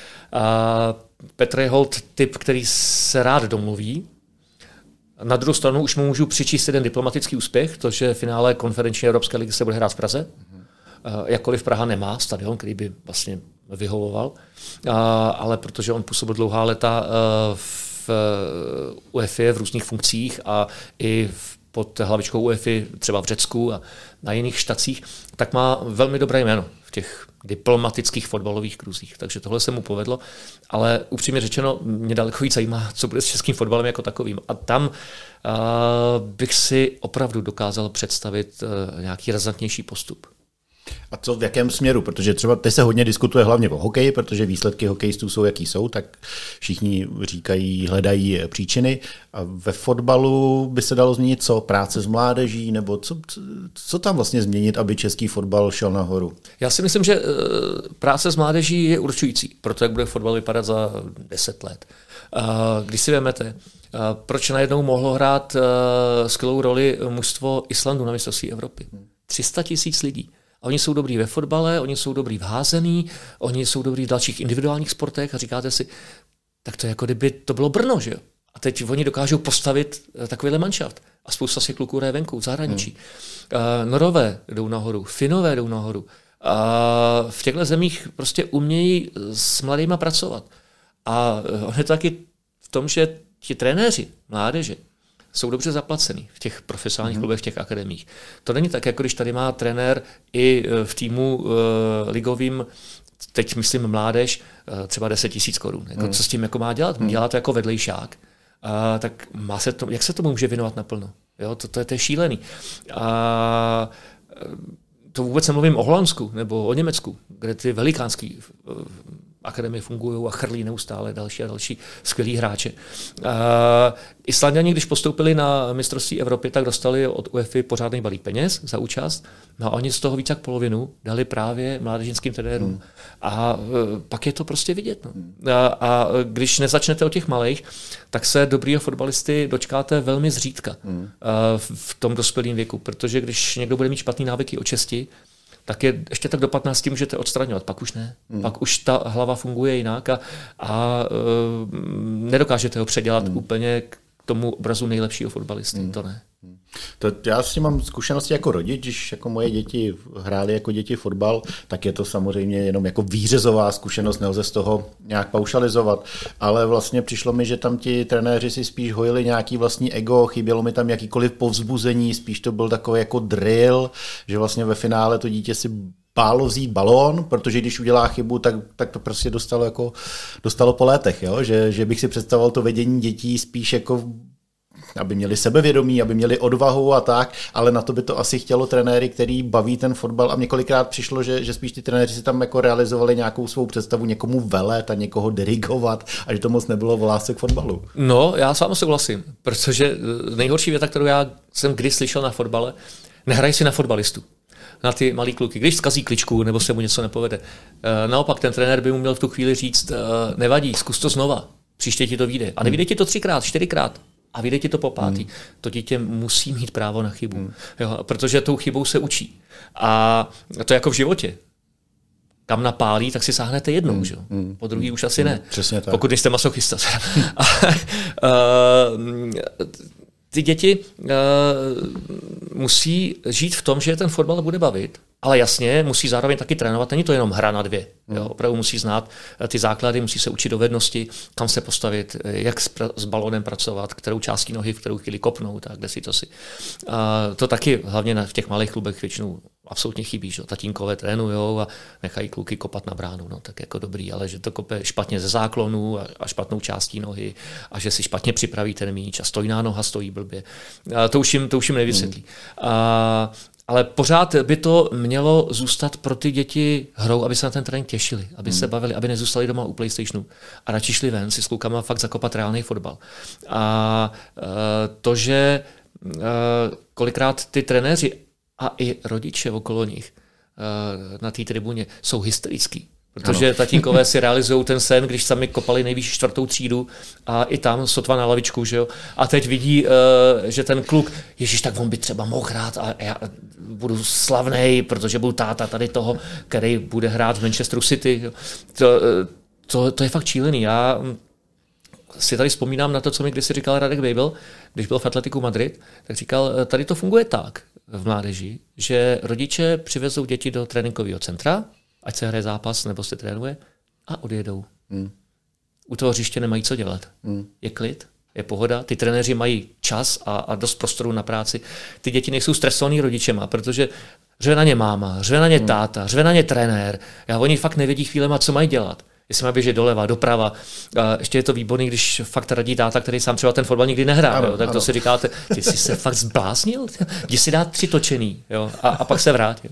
Petr je holt typ, který se rád domluví. Na druhou stranu už mu můžu přičíst jeden diplomatický úspěch, to, že finále konferenční Evropské ligy se bude hrát v Praze. Jakkoliv Praha nemá stadion, který by vlastně vyhovoval, ale protože on působil dlouhá léta v UEFA v různých funkcích a i pod hlavičkou UEFA třeba v Řecku a na jiných štacích, tak má velmi dobré jméno v těch diplomatických fotbalových kruzích. Takže tohle se mu povedlo, ale upřímně řečeno, mě daleko víc zajímá, co bude s českým fotbalem jako takovým. A tam bych si opravdu dokázal představit nějaký razantnější postup. A co v jakém směru? Protože třeba teď se hodně diskutuje hlavně o hokeji, protože výsledky hokejistů jsou, jaký jsou, tak všichni říkají, hledají příčiny. A ve fotbalu by se dalo změnit co? Práce s mládeží? Nebo co tam vlastně změnit, aby český fotbal šel nahoru? Já si myslím, že práce s mládeží je určující pro to, jak bude fotbal vypadat za 10 let. Když si vezmete, proč najednou mohlo hrát skvělou roli mužstvo Islandu na mistrovství Evropy? 300 000 lidí. A oni jsou dobrý ve fotbale, oni jsou dobrý v házení, oni jsou dobrý v dalších individuálních sportech a říkáte si, tak to je jako kdyby to bylo Brno, že jo? A teď oni dokážou postavit takovýhle manšaft. A spousta si kluků hraje venku, v zahraničí. Norové jdou nahoru, Finové jdou nahoru. A v těchto zemích prostě umějí s mladýma pracovat. A on je to taky v tom, že ti trenéři, mládeže, jsou dobře zaplacený v těch profesionálních klubech, v těch akademiích. To není tak, jako když tady má trenér i v týmu ligovým, teď myslím mládež, třeba 10 000 korun. Jako, co s tím jako má dělat? Dělá to jako vedlejšák. Tak má se to, jak se tomu může věnovat naplno? Jo, to je šílený. To vůbec nemluvím o Holandsku nebo o Německu, kde ty velikánské akademie fungují a chrlí neustále další a další skvělí hráče. Islanďani, když postoupili na mistrovství Evropy, tak dostali od UEFA pořádný balík peněz za účast. No a oni z toho víc jak polovinu dali právě mládežnickým trenérům. A pak je to prostě vidět. No. A když nezačnete od těch malých, tak se dobrýho fotbalisty dočkáte velmi zřídka v tom dospělém věku, protože když někdo bude mít špatný návyky o česti, tak je ještě tak do 15 můžete odstraňovat, pak už ne. Pak už ta hlava funguje jinak a nedokážete ho předělat úplně k tomu obrazu nejlepšího fotbalisty, to ne. To já s tím mám zkušenosti jako rodič, když jako moje děti hrály jako děti fotbal, tak je to samozřejmě jenom jako výřezová zkušenost, nelze z toho nějak paušalizovat, ale vlastně přišlo mi, že tam ti trenéři si spíš hojili nějaký vlastní ego, chybělo mi tam jakýkoliv povzbuzení, spíš to byl takový jako drill, že vlastně ve finále to dítě si bálo vzít balón, protože když udělá chybu, tak to prostě dostalo po létech, jo? Že bych si představoval to vedení dětí spíš jako aby měli sebevědomí, aby měli odvahu a tak, ale na to by to asi chtělo trenéry, který baví ten fotbal a několikrát přišlo, že spíš ty trenéři si tam jako realizovali nějakou svou představu někomu velet a někoho dirigovat a že to moc nebylo v lásce k fotbalu. No, já s vámi souhlasím, protože nejhorší věta, kterou já jsem kdy slyšel na fotbale, nehraj si na fotbalistu, na ty malý kluky, když zkazí kličku nebo se mu něco nepovede. Naopak ten trenér by mu měl v tu chvíli říct, nevadí, zkus to znova, příště ti to vyjde. A nevyjde ti to 3krát, 4krát. A vyjde ti to po 5. To dítě musí mít právo na chybu, jo, protože tou chybou se učí. A to je jako v životě. Kam napálí, tak si sáhnete jednou, že? Po druhý už asi ne. Přesně tak. Pokud nejste masochista. Ty děti musí žít v tom, že ten fotbal bude bavit, ale jasně, musí zároveň taky trénovat. Není to jenom hra na 2. Jo, opravdu musí znát ty základy, musí se učit dovednosti, kam se postavit, jak s balónem pracovat, kterou částí nohy, v kterou chvíli kopnout a kde si to si. To taky hlavně v těch malých klubech většinou absolutně chybí, že tatínkové trénujou a nechají kluky kopat na bránu, no tak jako dobrý, ale že to kope špatně ze záklonu a špatnou částí nohy a že si špatně připraví ten míč a stojná noha stojí blbě. To už jim nevysvětlí. Ale pořád by to mělo zůstat pro ty děti hrou, aby se na ten trénink těšili, aby se bavili, aby nezůstali doma u PlayStationu a radši šli ven si s klukama fakt zakopat reálný fotbal. A to, že kolikrát ty trenéři a i rodiče okolo nich na té tribuně jsou hysterický. Protože tatínkové si realizují ten sen, když sami kopali nejvyšší 4. třídu a i tam sotva na lavičku, že jo. A teď vidí, že ten kluk, ježiš, tak on by třeba mohl hrát a já budu slavnej, protože byl táta tady toho, který bude hrát v Manchesteru City. To je fakt šílený. Já si tady vzpomínám na to, co mi kdysi říkal Radek Weibel, když byl v Atletiku Madrid, tak říkal, tady to funguje tak v mládeži, že rodiče přivezou děti do tréninkového centra, ať se hraje zápas nebo se trénuje a odjedou. U toho hřiště nemají co dělat. Je klid, je pohoda, ty trenéři mají čas a dost prostoru na práci. Ty děti nejsou stresovaný rodičema, protože řve na ně máma, řve na ně táta, řve na ně trenér. Oni fakt nevědí chvílema, co mají dělat. Jestli má běžet doleva, doprava. A ještě je to výborný, když fakt radí táta, který sám třeba ten fotbal nikdy nehrál. Tak ano. To si říkáte, ty jsi se fakt zbláznil? Jdi si dát 3 točený, jo? A pak se vrát.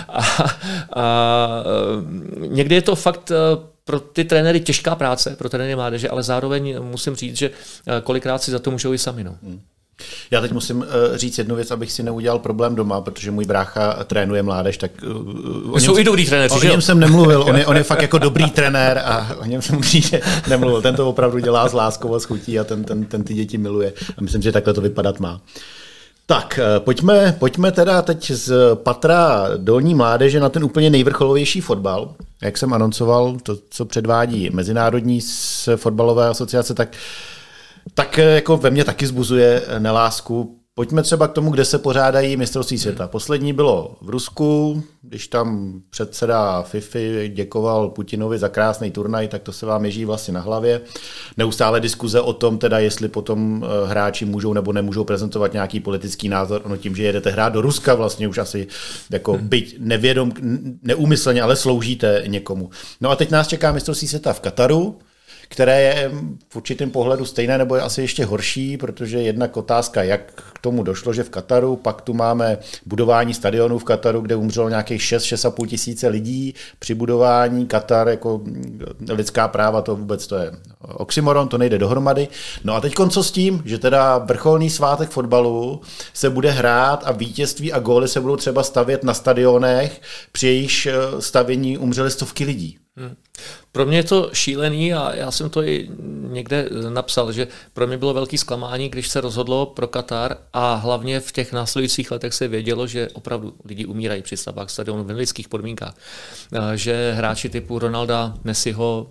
Někdy je to fakt pro ty trenéry těžká práce, pro trenéry mládeže, ale zároveň musím říct, že kolikrát si za to můžou i sami. No. Já teď musím říct jednu věc, abych si neudělal problém doma, protože můj brácha trénuje mládež, tak jsou i dobrý trenéři, o něm jsem nemluvil, on je fakt jako dobrý trenér a o něm jsem určitě nemluvil. Ten to opravdu dělá s láskou a s chutí a ten ty děti miluje a myslím, že takhle to vypadat má. Tak, pojďme teda teď z patra dolní mládeže na ten úplně nejvrcholovější fotbal. Jak jsem anoncoval, to, co předvádí Mezinárodní fotbalové asociace, tak jako ve mně taky zbuzuje nelásku. Pojďme třeba k tomu, kde se pořádají mistrovství světa. Poslední bylo v Rusku, když tam předseda FIFA děkoval Putinovi za krásný turnaj, tak to se vám ježí vlastně na hlavě. Neustále diskuze o tom, teda jestli potom hráči můžou nebo nemůžou prezentovat nějaký politický názor. Ono tím, že jedete hrát do Ruska, vlastně už asi jako byť neúmyslně, ale sloužíte někomu. No a teď nás čeká mistrovství světa v Kataru, které je v určitém pohledu stejné nebo je asi ještě horší, protože jednak otázka, jak k tomu došlo, že v Kataru, pak tu máme budování stadionu v Kataru, kde umřelo nějakých 6,5 tisíce lidí při budování. Katar jako lidská práva, to je oxymoron, to nejde dohromady. No a teď co s tím, že teda vrcholný svátek fotbalu se bude hrát a vítězství a góly se budou třeba stavět na stadionech, při jejich stavění umřely stovky lidí. Pro mě je to šílený a já jsem to i někde napsal, že pro mě bylo velký zklamání, když se rozhodlo pro Katar a hlavně v těch následujících letech se vědělo, že opravdu lidi umírají při stavbách stadionu v nelidských podmínkách. Že hráči typu Ronalda, Messiho,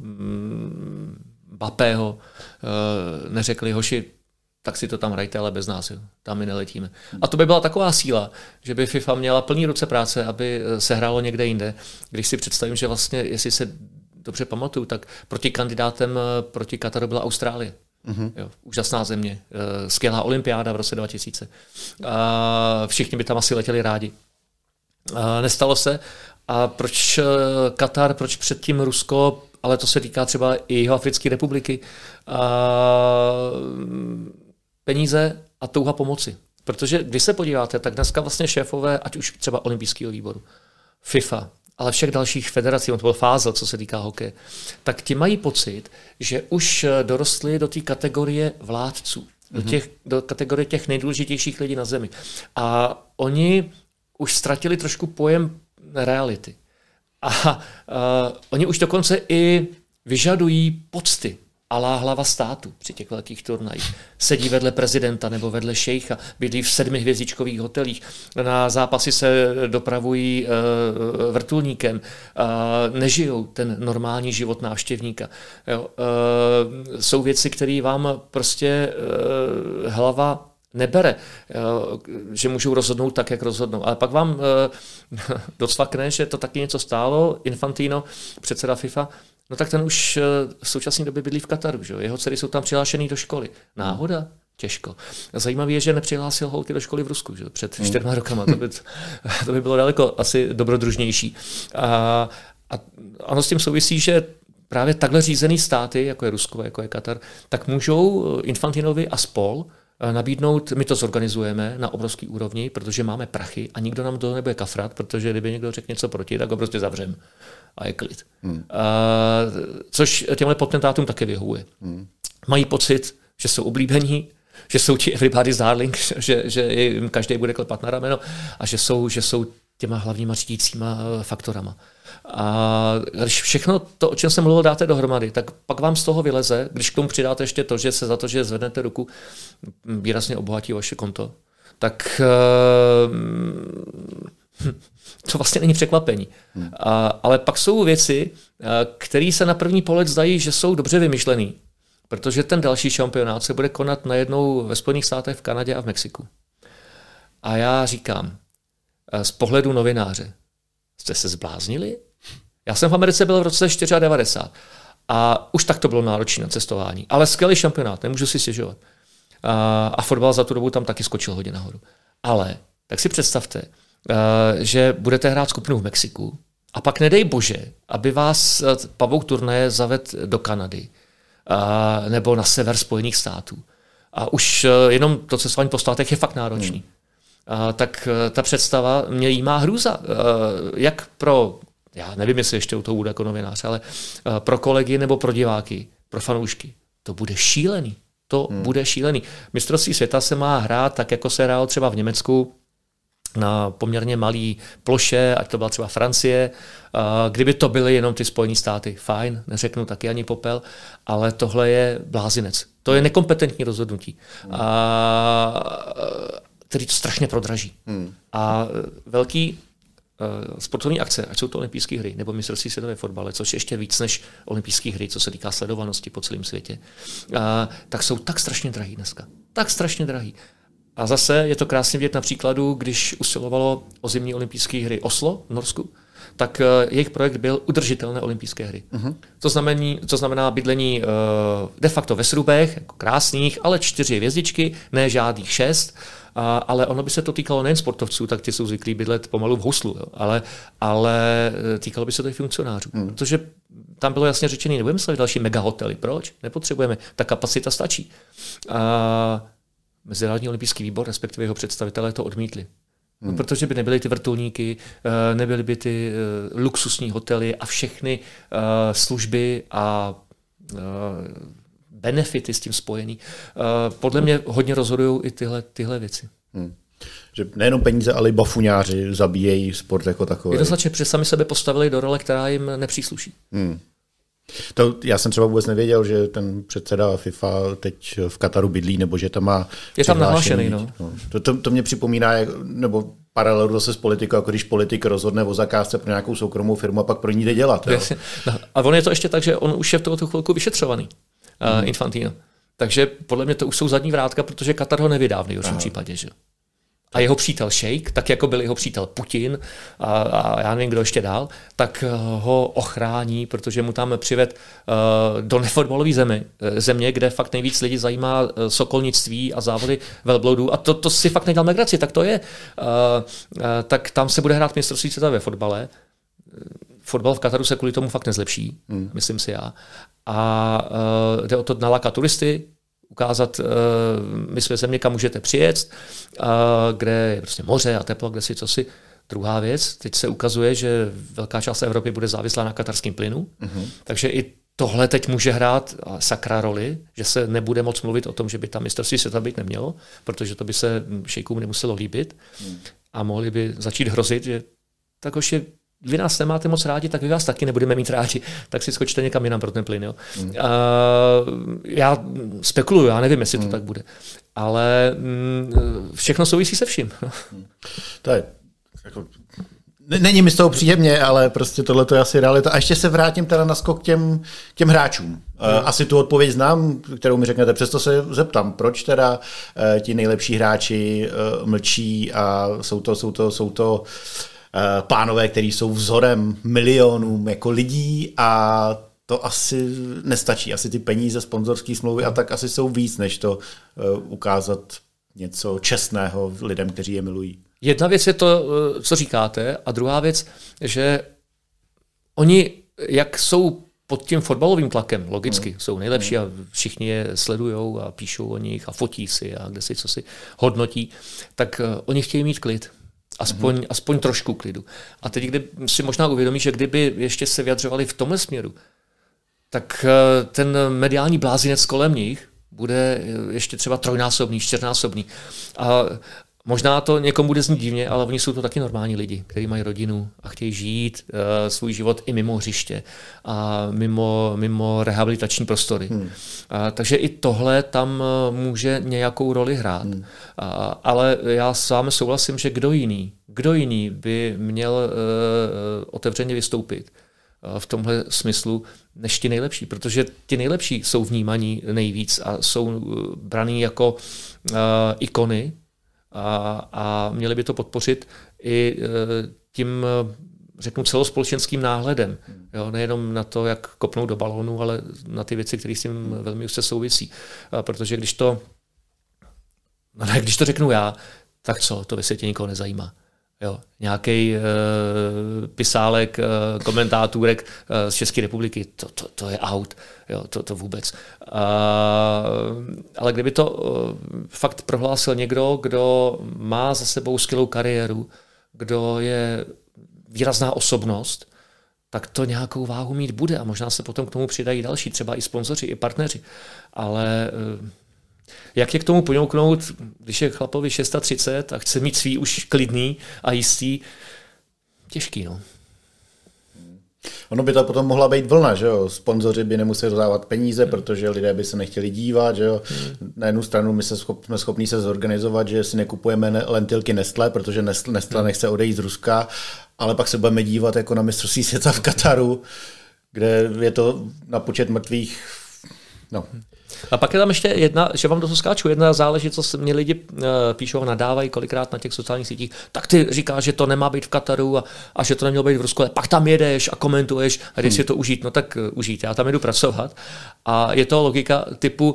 Mbappého neřekli, hoši, tak si to tam hrajte, ale bez nás, jo. Tam my neletíme. A to by byla taková síla, že by FIFA měla plný ruce práce, aby se hrálo někde jinde. Když si představím, že vlastně, jestli se dobře pamatuju, tak protikandidátem proti Kataru byla Austrálie. Jo, úžasná země, skvělá olympiáda v roce 2000. A všichni by tam asi letěli rádi. Nestalo se. A proč Katar, proč předtím Rusko, ale to se týká třeba i Jihoafrické republiky, peníze a touha pomoci. Protože když se podíváte, tak dneska vlastně šéfové, ať už třeba olympijského výboru, FIFA, ale všech dalších federací, on to byl Fázl, co se týká hokeje, tak ti mají pocit, že už dorostli do té kategorie vládců, do kategorie těch nejdůležitějších lidí na zemi. A oni už ztratili trošku pojem reality. A oni už dokonce i vyžadují pocty alá hlava státu při těch velkých turnajích. Sedí vedle prezidenta nebo vedle šejcha, bydlí v 7hvězdičkových hotelích, na zápasy se dopravují vrtulníkem, nežijou ten normální život návštěvníka. Jo. Jsou věci, které vám prostě hlava nebere, že můžou rozhodnout tak, jak rozhodnou. Ale pak vám docvakne, že to taky něco stálo. Infantino, předseda FIFA, no tak ten už v současné době bydlí v Kataru. Že? Jeho dcery jsou tam přihlášený do školy. Náhoda? Těžko. Zajímavé je, že nepřihlásil holky do školy v Rusku, že? Před 4 rokama. To by bylo daleko asi dobrodružnější. A ono s tím souvisí, že právě takhle řízený státy, jako je Rusko, jako je Katar, tak můžou Infantinovi a spol nabídnout, my to zorganizujeme na obrovský úrovni, protože máme prachy a nikdo nám to nebude kafrat, protože kdyby někdo řekl něco proti, tak ho prostě zavřem a je klid. Což těmhle potentátům také vyhovuje. Mají pocit, že jsou oblíbení, že jsou ti everybody's darling, že jim každý bude klepat na rameno a že jsou těma hlavníma řídícíma faktorama. A když všechno to, o čem jsem mluvil, dáte dohromady, tak pak vám z toho vyleze, když k tomu přidáte ještě to, že se za to, že zvednete ruku, výrazně obohatí vaše konto, tak to vlastně není překvapení. Ale pak jsou věci, které se na první pohled zdají, že jsou dobře vymyšlený, protože ten další šampionát se bude konat najednou ve Spojených státech, v Kanadě a v Mexiku. A já říkám, z pohledu novináře, jste se zbláznili? Já jsem v Americe byl v roce 94 a už tak to bylo náročné na cestování, ale skvělý šampionát, nemůžu si stěžovat. A fotbal za tu dobu tam taky skočil hodně nahoru. Ale tak si představte, že budete hrát skupinu v Mexiku a pak nedej bože, aby vás pavouk turnaje zavedl do Kanady nebo na sever Spojených států. A už jenom to cestování po státech je fakt náročný. Tak ta představa mě jí má hrůza. Jak pro, já nevím, jestli ještě u toho bude jako novinář, ale pro kolegy nebo pro diváky, pro fanoušky. To bude šílený. Bude šílený. Mistrovství světa se má hrát tak, jako se hrálo třeba v Německu, na poměrně malý ploše, ať to byla třeba Francie. Kdyby to byly jenom ty Spojené státy, fajn, neřeknu taky ani popel, ale tohle je blázinec. To je nekompetentní rozhodnutí. Který to strašně prodraží. A velký sportovní akce, ať jsou to olympijské hry nebo mistrovství světové fotbale, což je ještě víc než olympijské hry, co se týká sledovanosti po celém světě, tak jsou tak strašně drahý dneska. Tak strašně drahý. A zase je to krásně vidět na příkladu, když usilovalo o zimní olympijské hry Oslo v Norsku, tak jejich projekt byl udržitelné olympijské hry. To znamená bydlení de facto ve srubech, jako krásných, ale 4 hvězdičky, ne žádných 6, ale ono by se to týkalo nejen sportovců, tak ty jsou zvyklí bydlet pomalu v houslu, jo, ale týkalo by se to i funkcionářů. Protože tam bylo jasně řečené, nebudeme stavit další megahotely. Proč? Nepotřebujeme. Ta kapacita stačí. Mezinárodní olympijský výbor, respektive jeho představitelé, to odmítli. Protože by nebyly ty vrtulníky, nebyly by ty luxusní hotely a všechny služby a benefity s tím spojený. Podle mě hodně rozhodují i tyhle věci. Že nejenom peníze, ale i bafuňáři zabíjejí sport jako takový. Jednoznačně, protože sami sebe postavili do role, která jim nepřísluší. To já jsem třeba vůbec nevěděl, že ten předseda FIFA teď v Kataru bydlí, nebo že tam má... Je tam nahlášený, no. To mě připomíná, nebo paralelu zase s politikou, jako když politik rozhodne o zakázce pro nějakou soukromou firmu a pak pro ní jde dělat. No, a on je to ještě tak, že on už je v tu chvilku vyšetřovaný, Infantino. Takže podle mě to už jsou zadní vrátka, protože Katar ho nevydá v nejhorším případě, že? A jeho přítel šejk, tak jako byl jeho přítel Putin a já nevím, kdo ještě dál, tak ho ochrání, protože mu tam přived do nefotbalové země, kde fakt nejvíc lidí zajímá sokolnictví a závody velbloudů. A to si fakt nedělám legraci, tak to je. Tak tam se bude hrát mistrovství světa ve fotbale. Fotbal v Kataru se kvůli tomu fakt nezlepší, myslím si já. A jde o to nalákat turisty, ukázat my své země, kam můžete přijet, kde je prostě moře a teplo, kde si co si. Druhá věc, teď se ukazuje, že velká část Evropy bude závislá na katarském plynu, takže i tohle teď může hrát sakra roli, že se nebude moc mluvit o tom, že by tam mistrovství světa být nemělo, protože to by se šejkům nemuselo líbit a mohli by začít hrozit, že tak už je vy nás nemáte moc rádi, tak vy vás taky nebudeme mít rádi, tak si skočte někam jinam pro ten plyn. Jo. Já spekuluju, já nevím, jestli to tak bude. Ale všechno souvisí se vším. To je jako... Není mi z toho příjemně, ale prostě tohle je asi realita. A ještě se vrátím teda na skok těm hráčům. Asi tu odpověď znám, kterou mi řeknete, přesto se zeptám, proč teda ti nejlepší hráči mlčí a jsou to pánové, kteří jsou vzorem milionům jako lidí a to asi nestačí. Asi ty peníze, sponzorské smlouvy a tak asi jsou víc, než to ukázat něco čestného lidem, kteří je milují. Jedna věc je to, co říkáte, a druhá věc, že oni, jak jsou pod tím fotbalovým tlakem, logicky, jsou nejlepší a všichni je sledujou a píšou o nich a fotí si a kde si co si hodnotí, tak oni chtějí mít klid. Aspoň trošku klidu. A teď, kdy si možná uvědomí, že kdyby ještě se vyjadřovali v tomhle směru, tak ten mediální blázinec kolem nich bude ještě třeba trojnásobný, čtyřnásobný. A možná to někomu bude znít divně, ale oni jsou to taky normální lidi, kteří mají rodinu a chtějí žít svůj život i mimo hřiště a mimo rehabilitační prostory. Takže i tohle tam může nějakou roli hrát. Ale já s vámi souhlasím, že kdo jiný by měl otevřeně vystoupit v tomhle smyslu než ti nejlepší, protože ti nejlepší jsou vnímaní nejvíc a jsou braný jako ikony a měli by to podpořit i tím, řeknu, celospolečenským náhledem. Jo, nejenom na to, jak kopnout do balónu, ale na ty věci, které s tím velmi úzce souvisí. Protože když to řeknu já, tak co, to ve světě nikoho nezajímá. Jo, nějaký pisálek, komentátůrek z České republiky, to je out, jo, to vůbec. Ale kdyby to fakt prohlásil někdo, kdo má za sebou skvělou kariéru, kdo je výrazná osobnost, tak to nějakou váhu mít bude a možná se potom k tomu přidají další, třeba i sponzoři, i partneři. Ale jak je k tomu poňouknout, když je chlapovi 630 a chce mít svý už klidný a jistý, těžký, no. Ono by to potom mohla být vlna, že jo? Sponzoři by nemuseli dodávat peníze, protože lidé by se nechtěli dívat, že jo? Na jednu stranu my jsme schopní se zorganizovat, že si nekupujeme lentilky Nestlé, protože Nestlé nechce odejít z Ruska, ale pak se budeme dívat jako na mistrovství světa v Kataru, kde je to na počet mrtvých, no. A pak je tam ještě jedna, že vám do toho skáču, jedna záležitost, mě lidi píšou a nadávají kolikrát na těch sociálních sítích, tak ty říkáš, že to nemá být v Kataru a že to nemělo být v Rusku, ale pak tam jedeš a komentuješ a jdeš si to užít, no tak užít, já tam jdu pracovat a je to logika typu,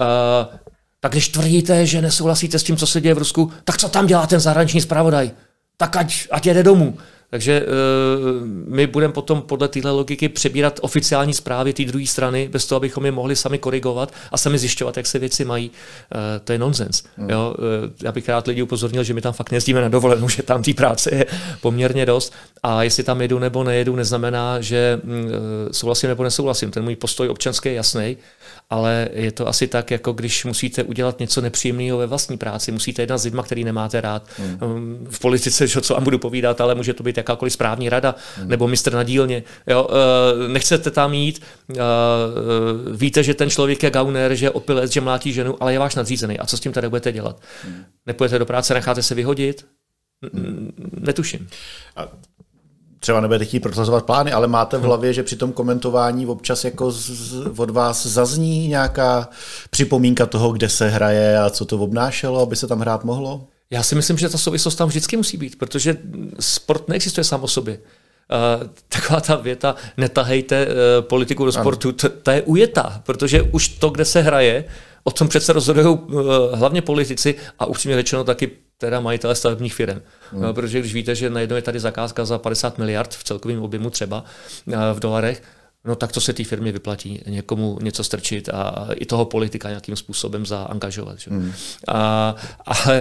tak když tvrdíte, že nesouhlasíte s tím, co se děje v Rusku, tak co tam dělá ten zahraniční zpravodaj? Tak ať jede domů. Takže my budeme potom podle téhle logiky přebírat oficiální zprávy té druhé strany, bez toho, abychom je mohli sami korigovat a sami zjišťovat, jak se věci mají. To je nonsens. Jo? Já bych rád lidi upozornil, že my tam fakt nejezdíme na dovolenou, že tam té práce je poměrně dost a jestli tam jedu nebo nejedu, neznamená, že souhlasím nebo nesouhlasím. Ten můj postoj občanský je jasný, ale je to asi tak, jako když musíte udělat něco nepříjemného ve vlastní práci, musíte jednat s lidma, který nemáte rád. V politice, co vám budu povídat, ale může to být jakákoliv správní rada nebo mistr na dílně. Jo, nechcete tam jít, víte, že ten člověk je gauner, že je opilec, že mlátí ženu, ale je váš nadřízený. A co s tím tady budete dělat? Nepůjdete do práce, necháte se vyhodit? Netuším. A třeba nebudete chtít prosazovat plány, ale máte v hlavě, že při tom komentování občas jako od vás zazní nějaká připomínka toho, kde se hraje a co to obnášelo, aby se tam hrát mohlo? Já si myslím, že ta souvislost tam vždycky musí být, protože sport neexistuje sám o sobě. Taková ta věta, netahejte politiku do sportu, to je ujetá, protože už to, kde se hraje, o tom přece rozhodují hlavně politici a upřímně řečeno taky teda majitele stavebních firem. Protože když víte, že najednou je tady zakázka za 50 miliard v celkovém objemu třeba v dolarech, no tak to se té firmě vyplatí někomu něco strčit a i toho politika nějakým způsobem zaangažovat. Ale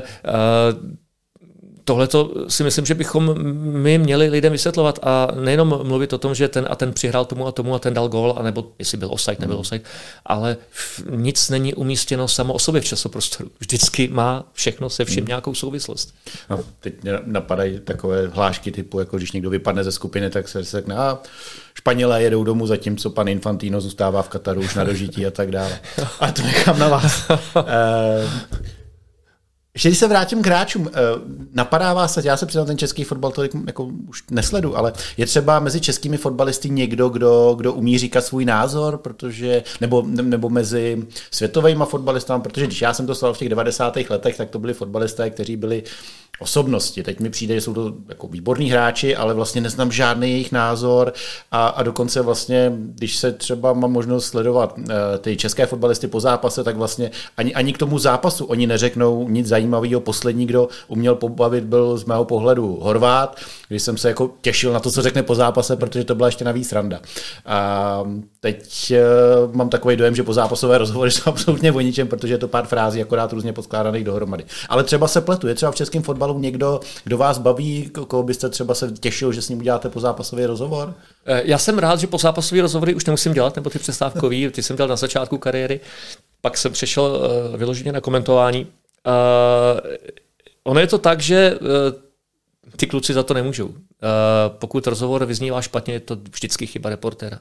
tohleto si myslím, že bychom my měli lidem vysvětlovat a nejenom mluvit o tom, že ten a ten přihrál tomu a ten dal gól, anebo jestli byl offside, nebyl offside, ale nic není umístěno samo o sobě v časoprostoru. Vždycky má všechno se vším nějakou souvislost. No, teď napadají takové hlášky typu, jako když někdo vypadne ze skupiny, tak se řekne, Španělé jedou domů, zatímco pan Infantino zůstává v Kataru už na dožití a tak dále. A to nechám na vás. Ještě když se vrátím k hráčům, napadá vás, já se přiznám, ten český fotbal tolik jako už nesledu, ale je třeba mezi českými fotbalisty někdo, kdo umí říkat svůj názor, protože, nebo mezi světovými fotbalistami, protože když já jsem to sledoval v těch 90. letech, tak to byli fotbalisté, kteří byli osobnosti. Teď mi přijde, že jsou to jako výborní hráči, ale vlastně neznám žádný jejich názor a dokonce vlastně, když se třeba mám možnost sledovat ty české fotbalisty po zápase, tak vlastně ani k tomu zápasu oni neřeknou nic zajímavého. Poslední, kdo uměl pobavit, byl z mého pohledu Horvát, když jsem se jako těšil na to, co řekne po zápase, protože to byla ještě navíc sranda. A teď mám takový dojem, že po zápasové rozhovory jsou absolutně o ničem, protože je to pár frází akorát různě poskládaných dohromady. Ale třeba se pletu, je třeba v českém fotbalu někdo, kdo vás baví, koho byste třeba se těšil, že s ním uděláte pozápasový rozhovor? Já jsem rád, že pozápasový rozhovory už nemusím dělat, nebo ty přestávkový, ty jsem dělal na začátku kariéry, pak jsem přešel vyloženě na komentování. Ono je to tak, že ty kluci za to nemůžou. Pokud rozhovor vyznívá špatně, je to vždycky chyba reportéra.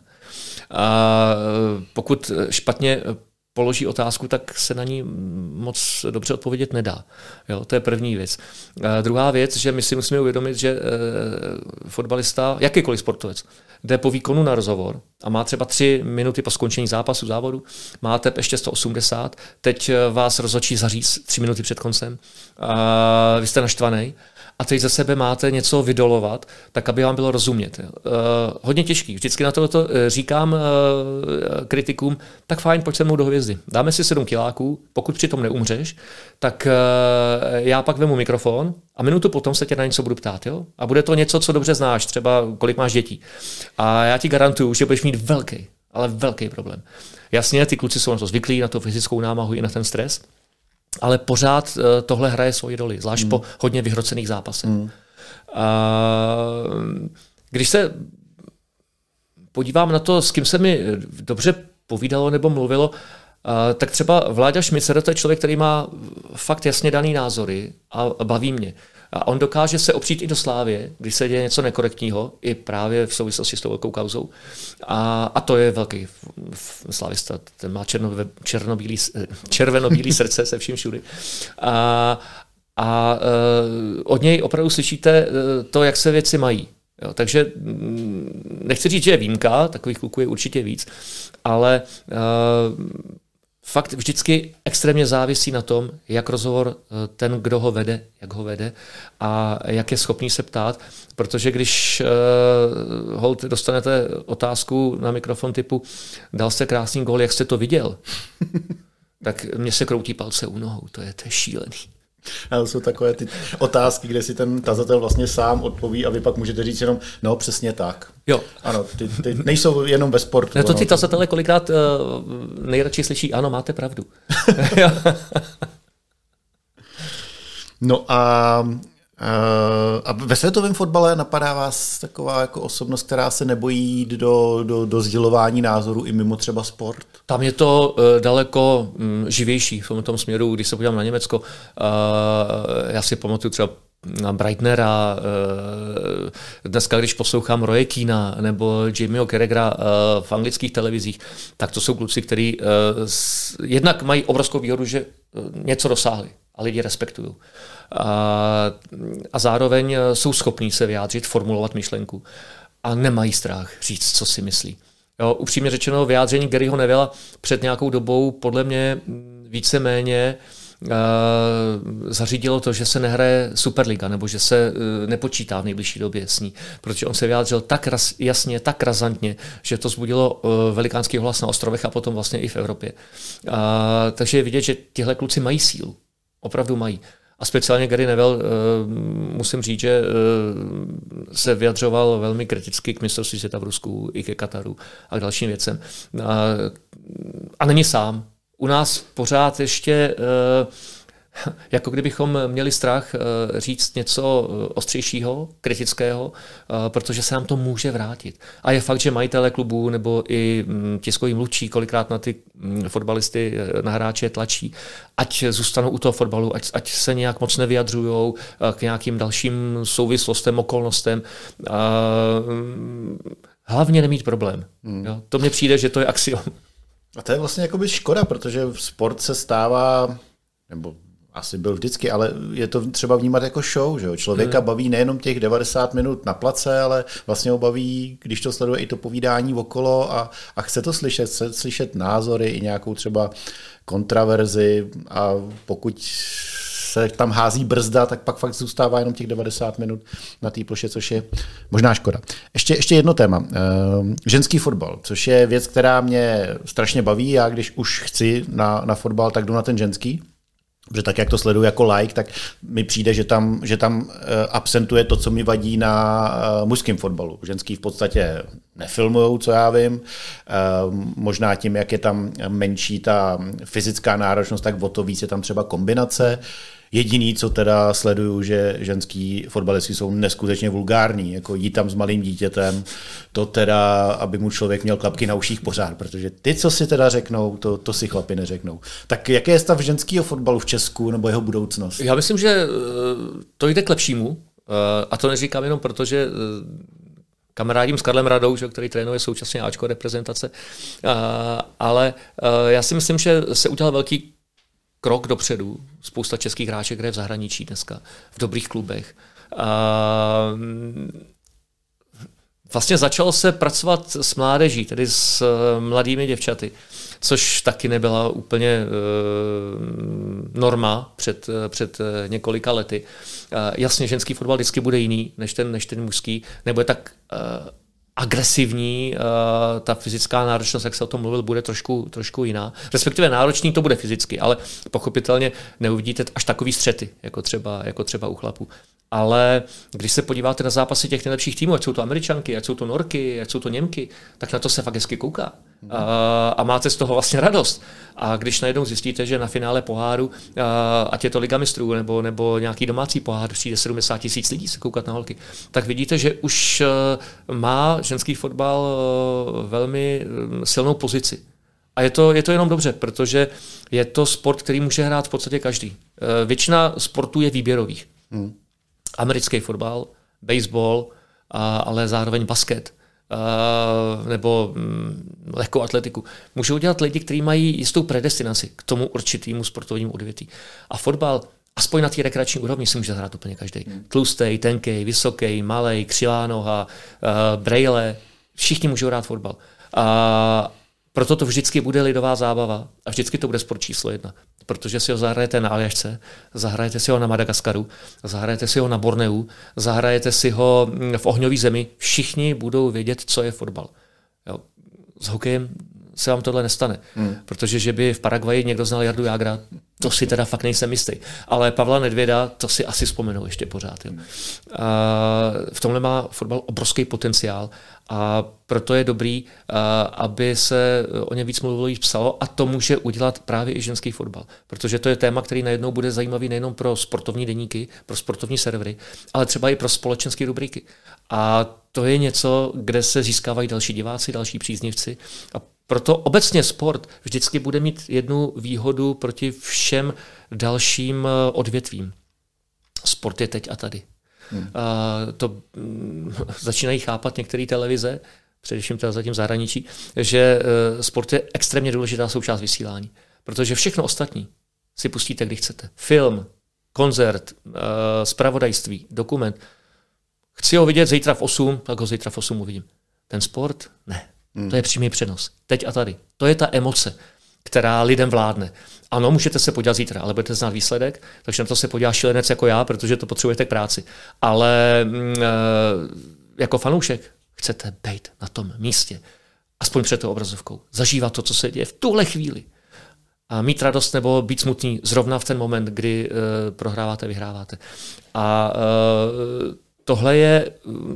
Pokud špatně položí otázku, tak se na ní moc dobře odpovědět nedá. Jo, to je první věc. Druhá věc, že my si musíme uvědomit, že fotbalista, jakýkoliv sportovec, jde po výkonu na rozhovor a má třeba 3 minuty po skončení zápasu, závodu, máte ještě 180, teď vás rozhodčí zaříz 3 minuty před koncem, vy jste naštvaný, a teď ze sebe máte něco vydolovat, tak aby vám bylo rozumět. Hodně těžký. Vždycky na to říkám kritikům, tak fajn, pojď se mnou do hvězdy. Dáme si 7 kiláků, pokud přitom neumřeš, tak já pak vemu mikrofon a minutu potom se tě na něco budu ptát. Jo? A bude to něco, co dobře znáš, třeba kolik máš dětí. A já ti garantuju, že budeš mít velký problém. Jasně, ty kluci jsou na to zvyklí, na to fyzickou námahu i na ten stres, ale pořád tohle hraje svoji roli, zvlášť po hodně vyhrocených zápasech. Když se podívám na to, s kým se mi dobře povídalo nebo mluvilo, tak třeba Vláďa Šmicer, to je člověk, který má fakt jasně daný názory a baví mě. A on dokáže se opřít i do Slávie, když se děje něco nekorektního, i právě v souvislosti s tou velkou kauzou. A to je velký slávista, ten má červeno-bílý srdce se vším všudy. A od něj opravdu slyšíte to, jak se věci mají. Jo, takže nechci říct, že je výjimka, takových kluků je určitě víc, ale fakt vždycky extrémně závisí na tom, jak rozhovor ten, kdo ho vede, jak ho vede a jak je schopný se ptát, protože když holt dostanete otázku na mikrofon typu dal jste krásný gól, jak jste to viděl, tak mě se kroutí palce u nohou, to je šílený. Ale jsou takové ty otázky, kde si ten tazatel vlastně sám odpoví a vy pak můžete říct jenom, no přesně tak. Jo. Ano, ty nejsou jenom ve sportu. Ne, to ty tazatele kolikrát nejradši slyší, ano, máte pravdu. No a ve světovém fotbale napadá vás taková jako osobnost, která se nebojí jít do sdělování názoru i mimo třeba sport? Tam je to daleko živější v tom směru, když se podívám na Německo. Já si pamatuju třeba na Breitnera, dneska, když poslouchám Roye Keana nebo Jamieho Carragera v anglických televizích, tak to jsou kluci, kteří jednak mají obrovskou výhodu, že něco dosáhli a lidi respektují. A zároveň jsou schopní se vyjádřit, formulovat myšlenku a nemají strach říct, co si myslí. Jo, upřímně řečeno, vyjádření Garyho Nevilla před nějakou dobou podle mě víceméně zařídilo to, že se nehraje Superliga nebo že se nepočítá v nejbližší době s ní, protože on se vyjádřil tak jasně, tak razantně, že to vzbudilo velikánský hlas na ostrovech a potom vlastně i v Evropě. Takže je vidět, že tihle kluci mají sílu. Opravdu mají. A speciálně Gary Neville, musím říct, že se vyjadřoval velmi kriticky k mistrovství světa v Rusku i ke Kataru a k dalším věcem. A není sám. U nás pořád ještě, jako kdybychom měli strach říct něco ostřejšího, kritického, protože se nám to může vrátit. A je fakt, že majitelé klubů nebo i tiskoví mluvčí kolikrát na ty fotbalisty, na hráče tlačí, ať zůstanou u toho fotbalu, ať se nějak moc nevyjadřujou k nějakým dalším souvislostem, okolnostem. Hlavně nemít problém. Jo? To mně přijde, že to je axiom. A to je vlastně jakoby škoda, protože sport se stává, nebo asi byl vždycky, ale je to třeba vnímat jako show, že jo? Člověka baví nejenom těch 90 minut na place, ale vlastně ho baví, když to sleduje i to povídání okolo a chce to slyšet názory i nějakou třeba kontraverzi a pokud se tam hází brzda, tak pak fakt zůstává jenom těch 90 minut na té ploše, což je možná škoda. Ještě jedno téma. Ženský fotbal, což je věc, která mě strašně baví. Já když už chci na fotbal, tak jdu na ten ženský. Protože tak, jak to sleduju jako like, tak mi přijde, že tam absentuje to, co mi vadí na mužském fotbalu. Ženský v podstatě nefilmujou, co já vím. Možná tím, jak je tam menší ta fyzická náročnost, tak o to víc je tam třeba kombinace. Jediný, co teda sleduju, že ženský fotbalisti jsou neskutečně vulgární, jako jít tam s malým dítětem, to teda, aby mu člověk měl klapky na uších pořád, protože ty, co si teda řeknou, to si chlapi neřeknou. Tak jaký je stav ženského fotbalu v Česku nebo jeho budoucnost? Já myslím, že to jde k lepšímu a to neříkám jenom proto, že kamarádím s Karlem Radou, který trénuje současně Ačko reprezentace, ale já si myslím, že se udělal velký krok dopředu. Spousta českých hráček hraje v zahraničí dneska, v dobrých klubech. Vlastně začalo se pracovat s mládeží, tedy s mladými děvčaty, což taky nebyla úplně norma před několika lety. Jasně, ženský fotbal vždycky bude jiný než ten mužský, nebo je tak agresivní, ta fyzická náročnost, jak se o tom mluvil, bude trošku jiná. Respektive náročný to bude fyzicky, ale pochopitelně neuvidíte až takový střety, jako třeba u chlapů. Ale když se podíváte na zápasy těch nejlepších týmů, ať jsou to Američanky, ať jsou to Norky, ať jsou to Němky, tak na to se fakt hezky kouká. A máte z toho vlastně radost. A když najednou zjistíte, že na finále poháru, ať je to Liga mistrů nebo nějaký domácí pohár, přijde 70 000 lidí se koukat na holky, tak vidíte, že už má ženský fotbal velmi silnou pozici. A je to jenom dobře, protože je to sport, který může hrát v podstatě každý. Většina sportů je výběrových. Americký fotbal, baseball, ale zároveň basket nebo lehkou atletiku. Můžou dělat lidi, kteří mají jistou predestinaci k tomu určitému sportovnímu odvětví. A fotbal, aspoň na té rekreační úrovni, si může hrát úplně každý. Tlustej, tenkej, vysoký, malej, křivá noha, brejle, všichni můžou hrát fotbal. Proto to vždycky bude lidová zábava a vždycky to bude sport číslo 1. Protože si ho zahrajete na Aljašce, zahrajete si ho na Madagaskaru, zahrajete si ho na Borneu, zahrajete si ho v ohňové zemi. Všichni budou vědět, co je fotbal. Jo. S hokejem se vám tohle nestane. Protože že by v Paraguaji někdo znal Jardu Jágra, to si teda fakt nejsem jistý. Ale Pavla Nedvěda, to si asi vzpomenou ještě pořád. Jo. V tomhle má fotbal obrovský potenciál a proto je dobrý, aby se o ně víc mluvilo, víc psalo a to může udělat právě i ženský fotbal. Protože to je téma, který najednou bude zajímavý nejenom pro sportovní deníky, pro sportovní servery, ale třeba i pro společenské rubriky. A to je něco, kde se získávají další diváci, další příznivci a proto obecně sport vždycky bude mít jednu výhodu proti všem dalším odvětvím. Sport je teď a tady. To začínají chápat některé televize, především teda zatím zahraničí, že sport je extrémně důležitá součást vysílání. Protože všechno ostatní si pustíte, kdy chcete. Film, koncert, zpravodajství, dokument. Chci ho vidět zítra v 8, tak ho zítra v 8 uvidím. Ten sport? Ne. To je přímý přenos. Teď a tady. To je ta emoce, která lidem vládne. Ano, můžete se podívat zítra, ale budete znát výsledek, takže na to se podívá šílenec jako já, protože to potřebujete k práci. Ale jako fanoušek chcete být na tom místě. Aspoň před tou obrazovkou. Zažívat to, co se děje v tuhle chvíli. A mít radost nebo být smutný zrovna v ten moment, kdy prohráváte, vyhráváte. A tohle je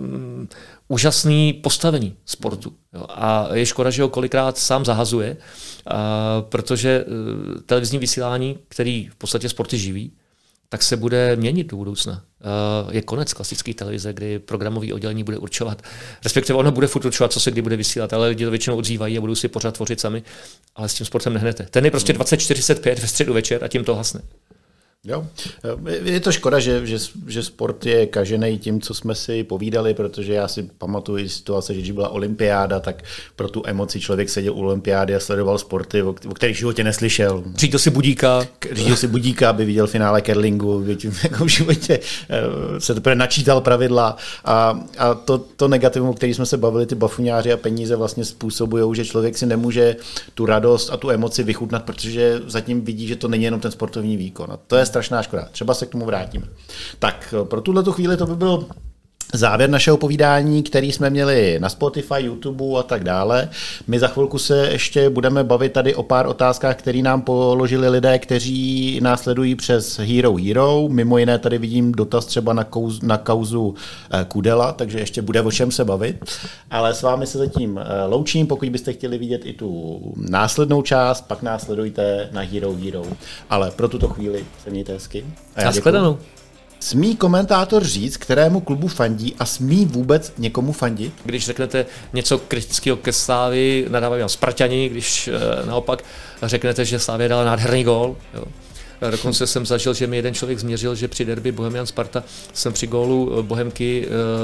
úžasný postavení sportu. Jo. A je škoda, že ho kolikrát sám zahazuje, protože televizní vysílání, který v podstatě sporty živí, tak se bude měnit do budoucna. Je konec klasické televize, kdy programové oddělení bude určovat, respektive ono bude furt určovat, co se kdy bude vysílat, ale lidi to většinou oddřívají a budou si pořád tvořit sami, ale s tím sportem nehnete. Ten je prostě 24:05 ve středu večer a tím to hasne. Jo. Je to škoda, že sport je kaženej tím, co jsme si povídali, protože já si pamatuju situace, že když byla olympiáda, tak pro tu emoci člověk seděl u olympiády a sledoval sporty, o kterých v životě neslyšel. Řídil si budíka, aby viděl finále curlingu, jako v životě se teprve načítal pravidla a to negativum, o kterém jsme se bavili, ty bafuňáři a peníze vlastně způsobují, že člověk si nemůže tu radost a tu emoci vychutnat, protože zatím vidí, že to není jenom ten sportovní výkon. A to je strašná škoda. Třeba se k tomu vrátíme. Tak pro tuhletu chvíli to by byl závěr našeho povídání, který jsme měli na Spotify, YouTube a tak dále. My za chvilku se ještě budeme bavit tady o pár otázkách, které nám položili lidé, kteří nás sledují přes Hero Hero. Mimo jiné tady vidím dotaz třeba na kauzu Kudela, takže ještě bude o čem se bavit. Ale s vámi se zatím loučím. Pokud byste chtěli vidět i tu následnou část, pak nás sledujte na Hero Hero. Ale pro tuto chvíli se mějte hezky. Nashledanou. Smí komentátor říct, kterému klubu fandí a smí vůbec někomu fandit? Když řeknete něco kritického ke Slávii, nadávají vám Sparťani, když naopak řeknete, že Slavia dala nádherný gól. Jo. Dokonce jsem zažil, že mi jeden člověk změřil, že při derby Bohemian Sparta jsem při gólu Bohemky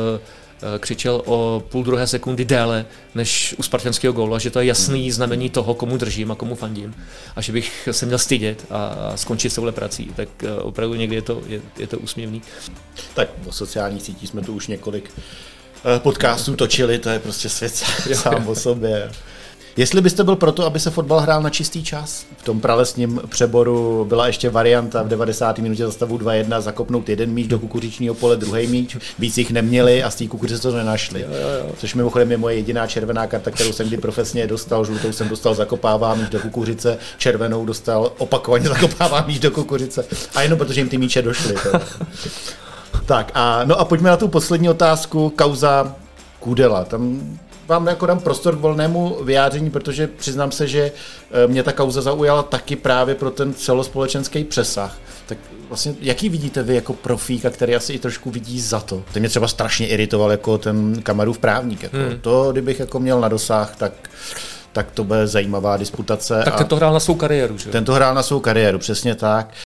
křičel o 0,5 sekundy déle než u spartanského gólu a že to je jasný znamení toho, komu držím a komu fandím a že bych se měl stydět a skončit s touhle prací. Tak opravdu někdy je to úsměvný. Tak o sociálních sítích jsme tu už několik podcastů točili, to je prostě svět sám o sobě. Jestli byste byl proto, aby se fotbal hrál na čistý čas, v tom pralesním přeboru byla ještě varianta v 90. minutě za stavu 2-1 zakopnout jeden míč do kukuřičního pole, druhý míč, víc jich neměli a z té kukuřice to nenašli. Jo. Což mimochodem je moje jediná červená karta, kterou jsem kdy profesně dostal, žlutou jsem dostal zakopává míč do kukuřice, červenou dostal opakovaně zakopává míč do kukuřice a jenom protože jim ty míče došly. Tak a pojďme na tu poslední otázku, kauza Kudela. Tam vám jako dám prostor k volnému vyjádření, protože přiznám se, že mě ta kauza zaujala taky právě pro ten celospolečenský přesah. Tak vlastně, jaký vidíte vy jako profík, který asi i trošku vidí za to? Ten mě třeba strašně iritoval jako ten Kamarův právník. Jako. To, kdybych jako měl na dosah, tak to bude zajímavá disputace. Tak ten to hrál na svou kariéru, že? Ten to hrál na svou kariéru, přesně tak.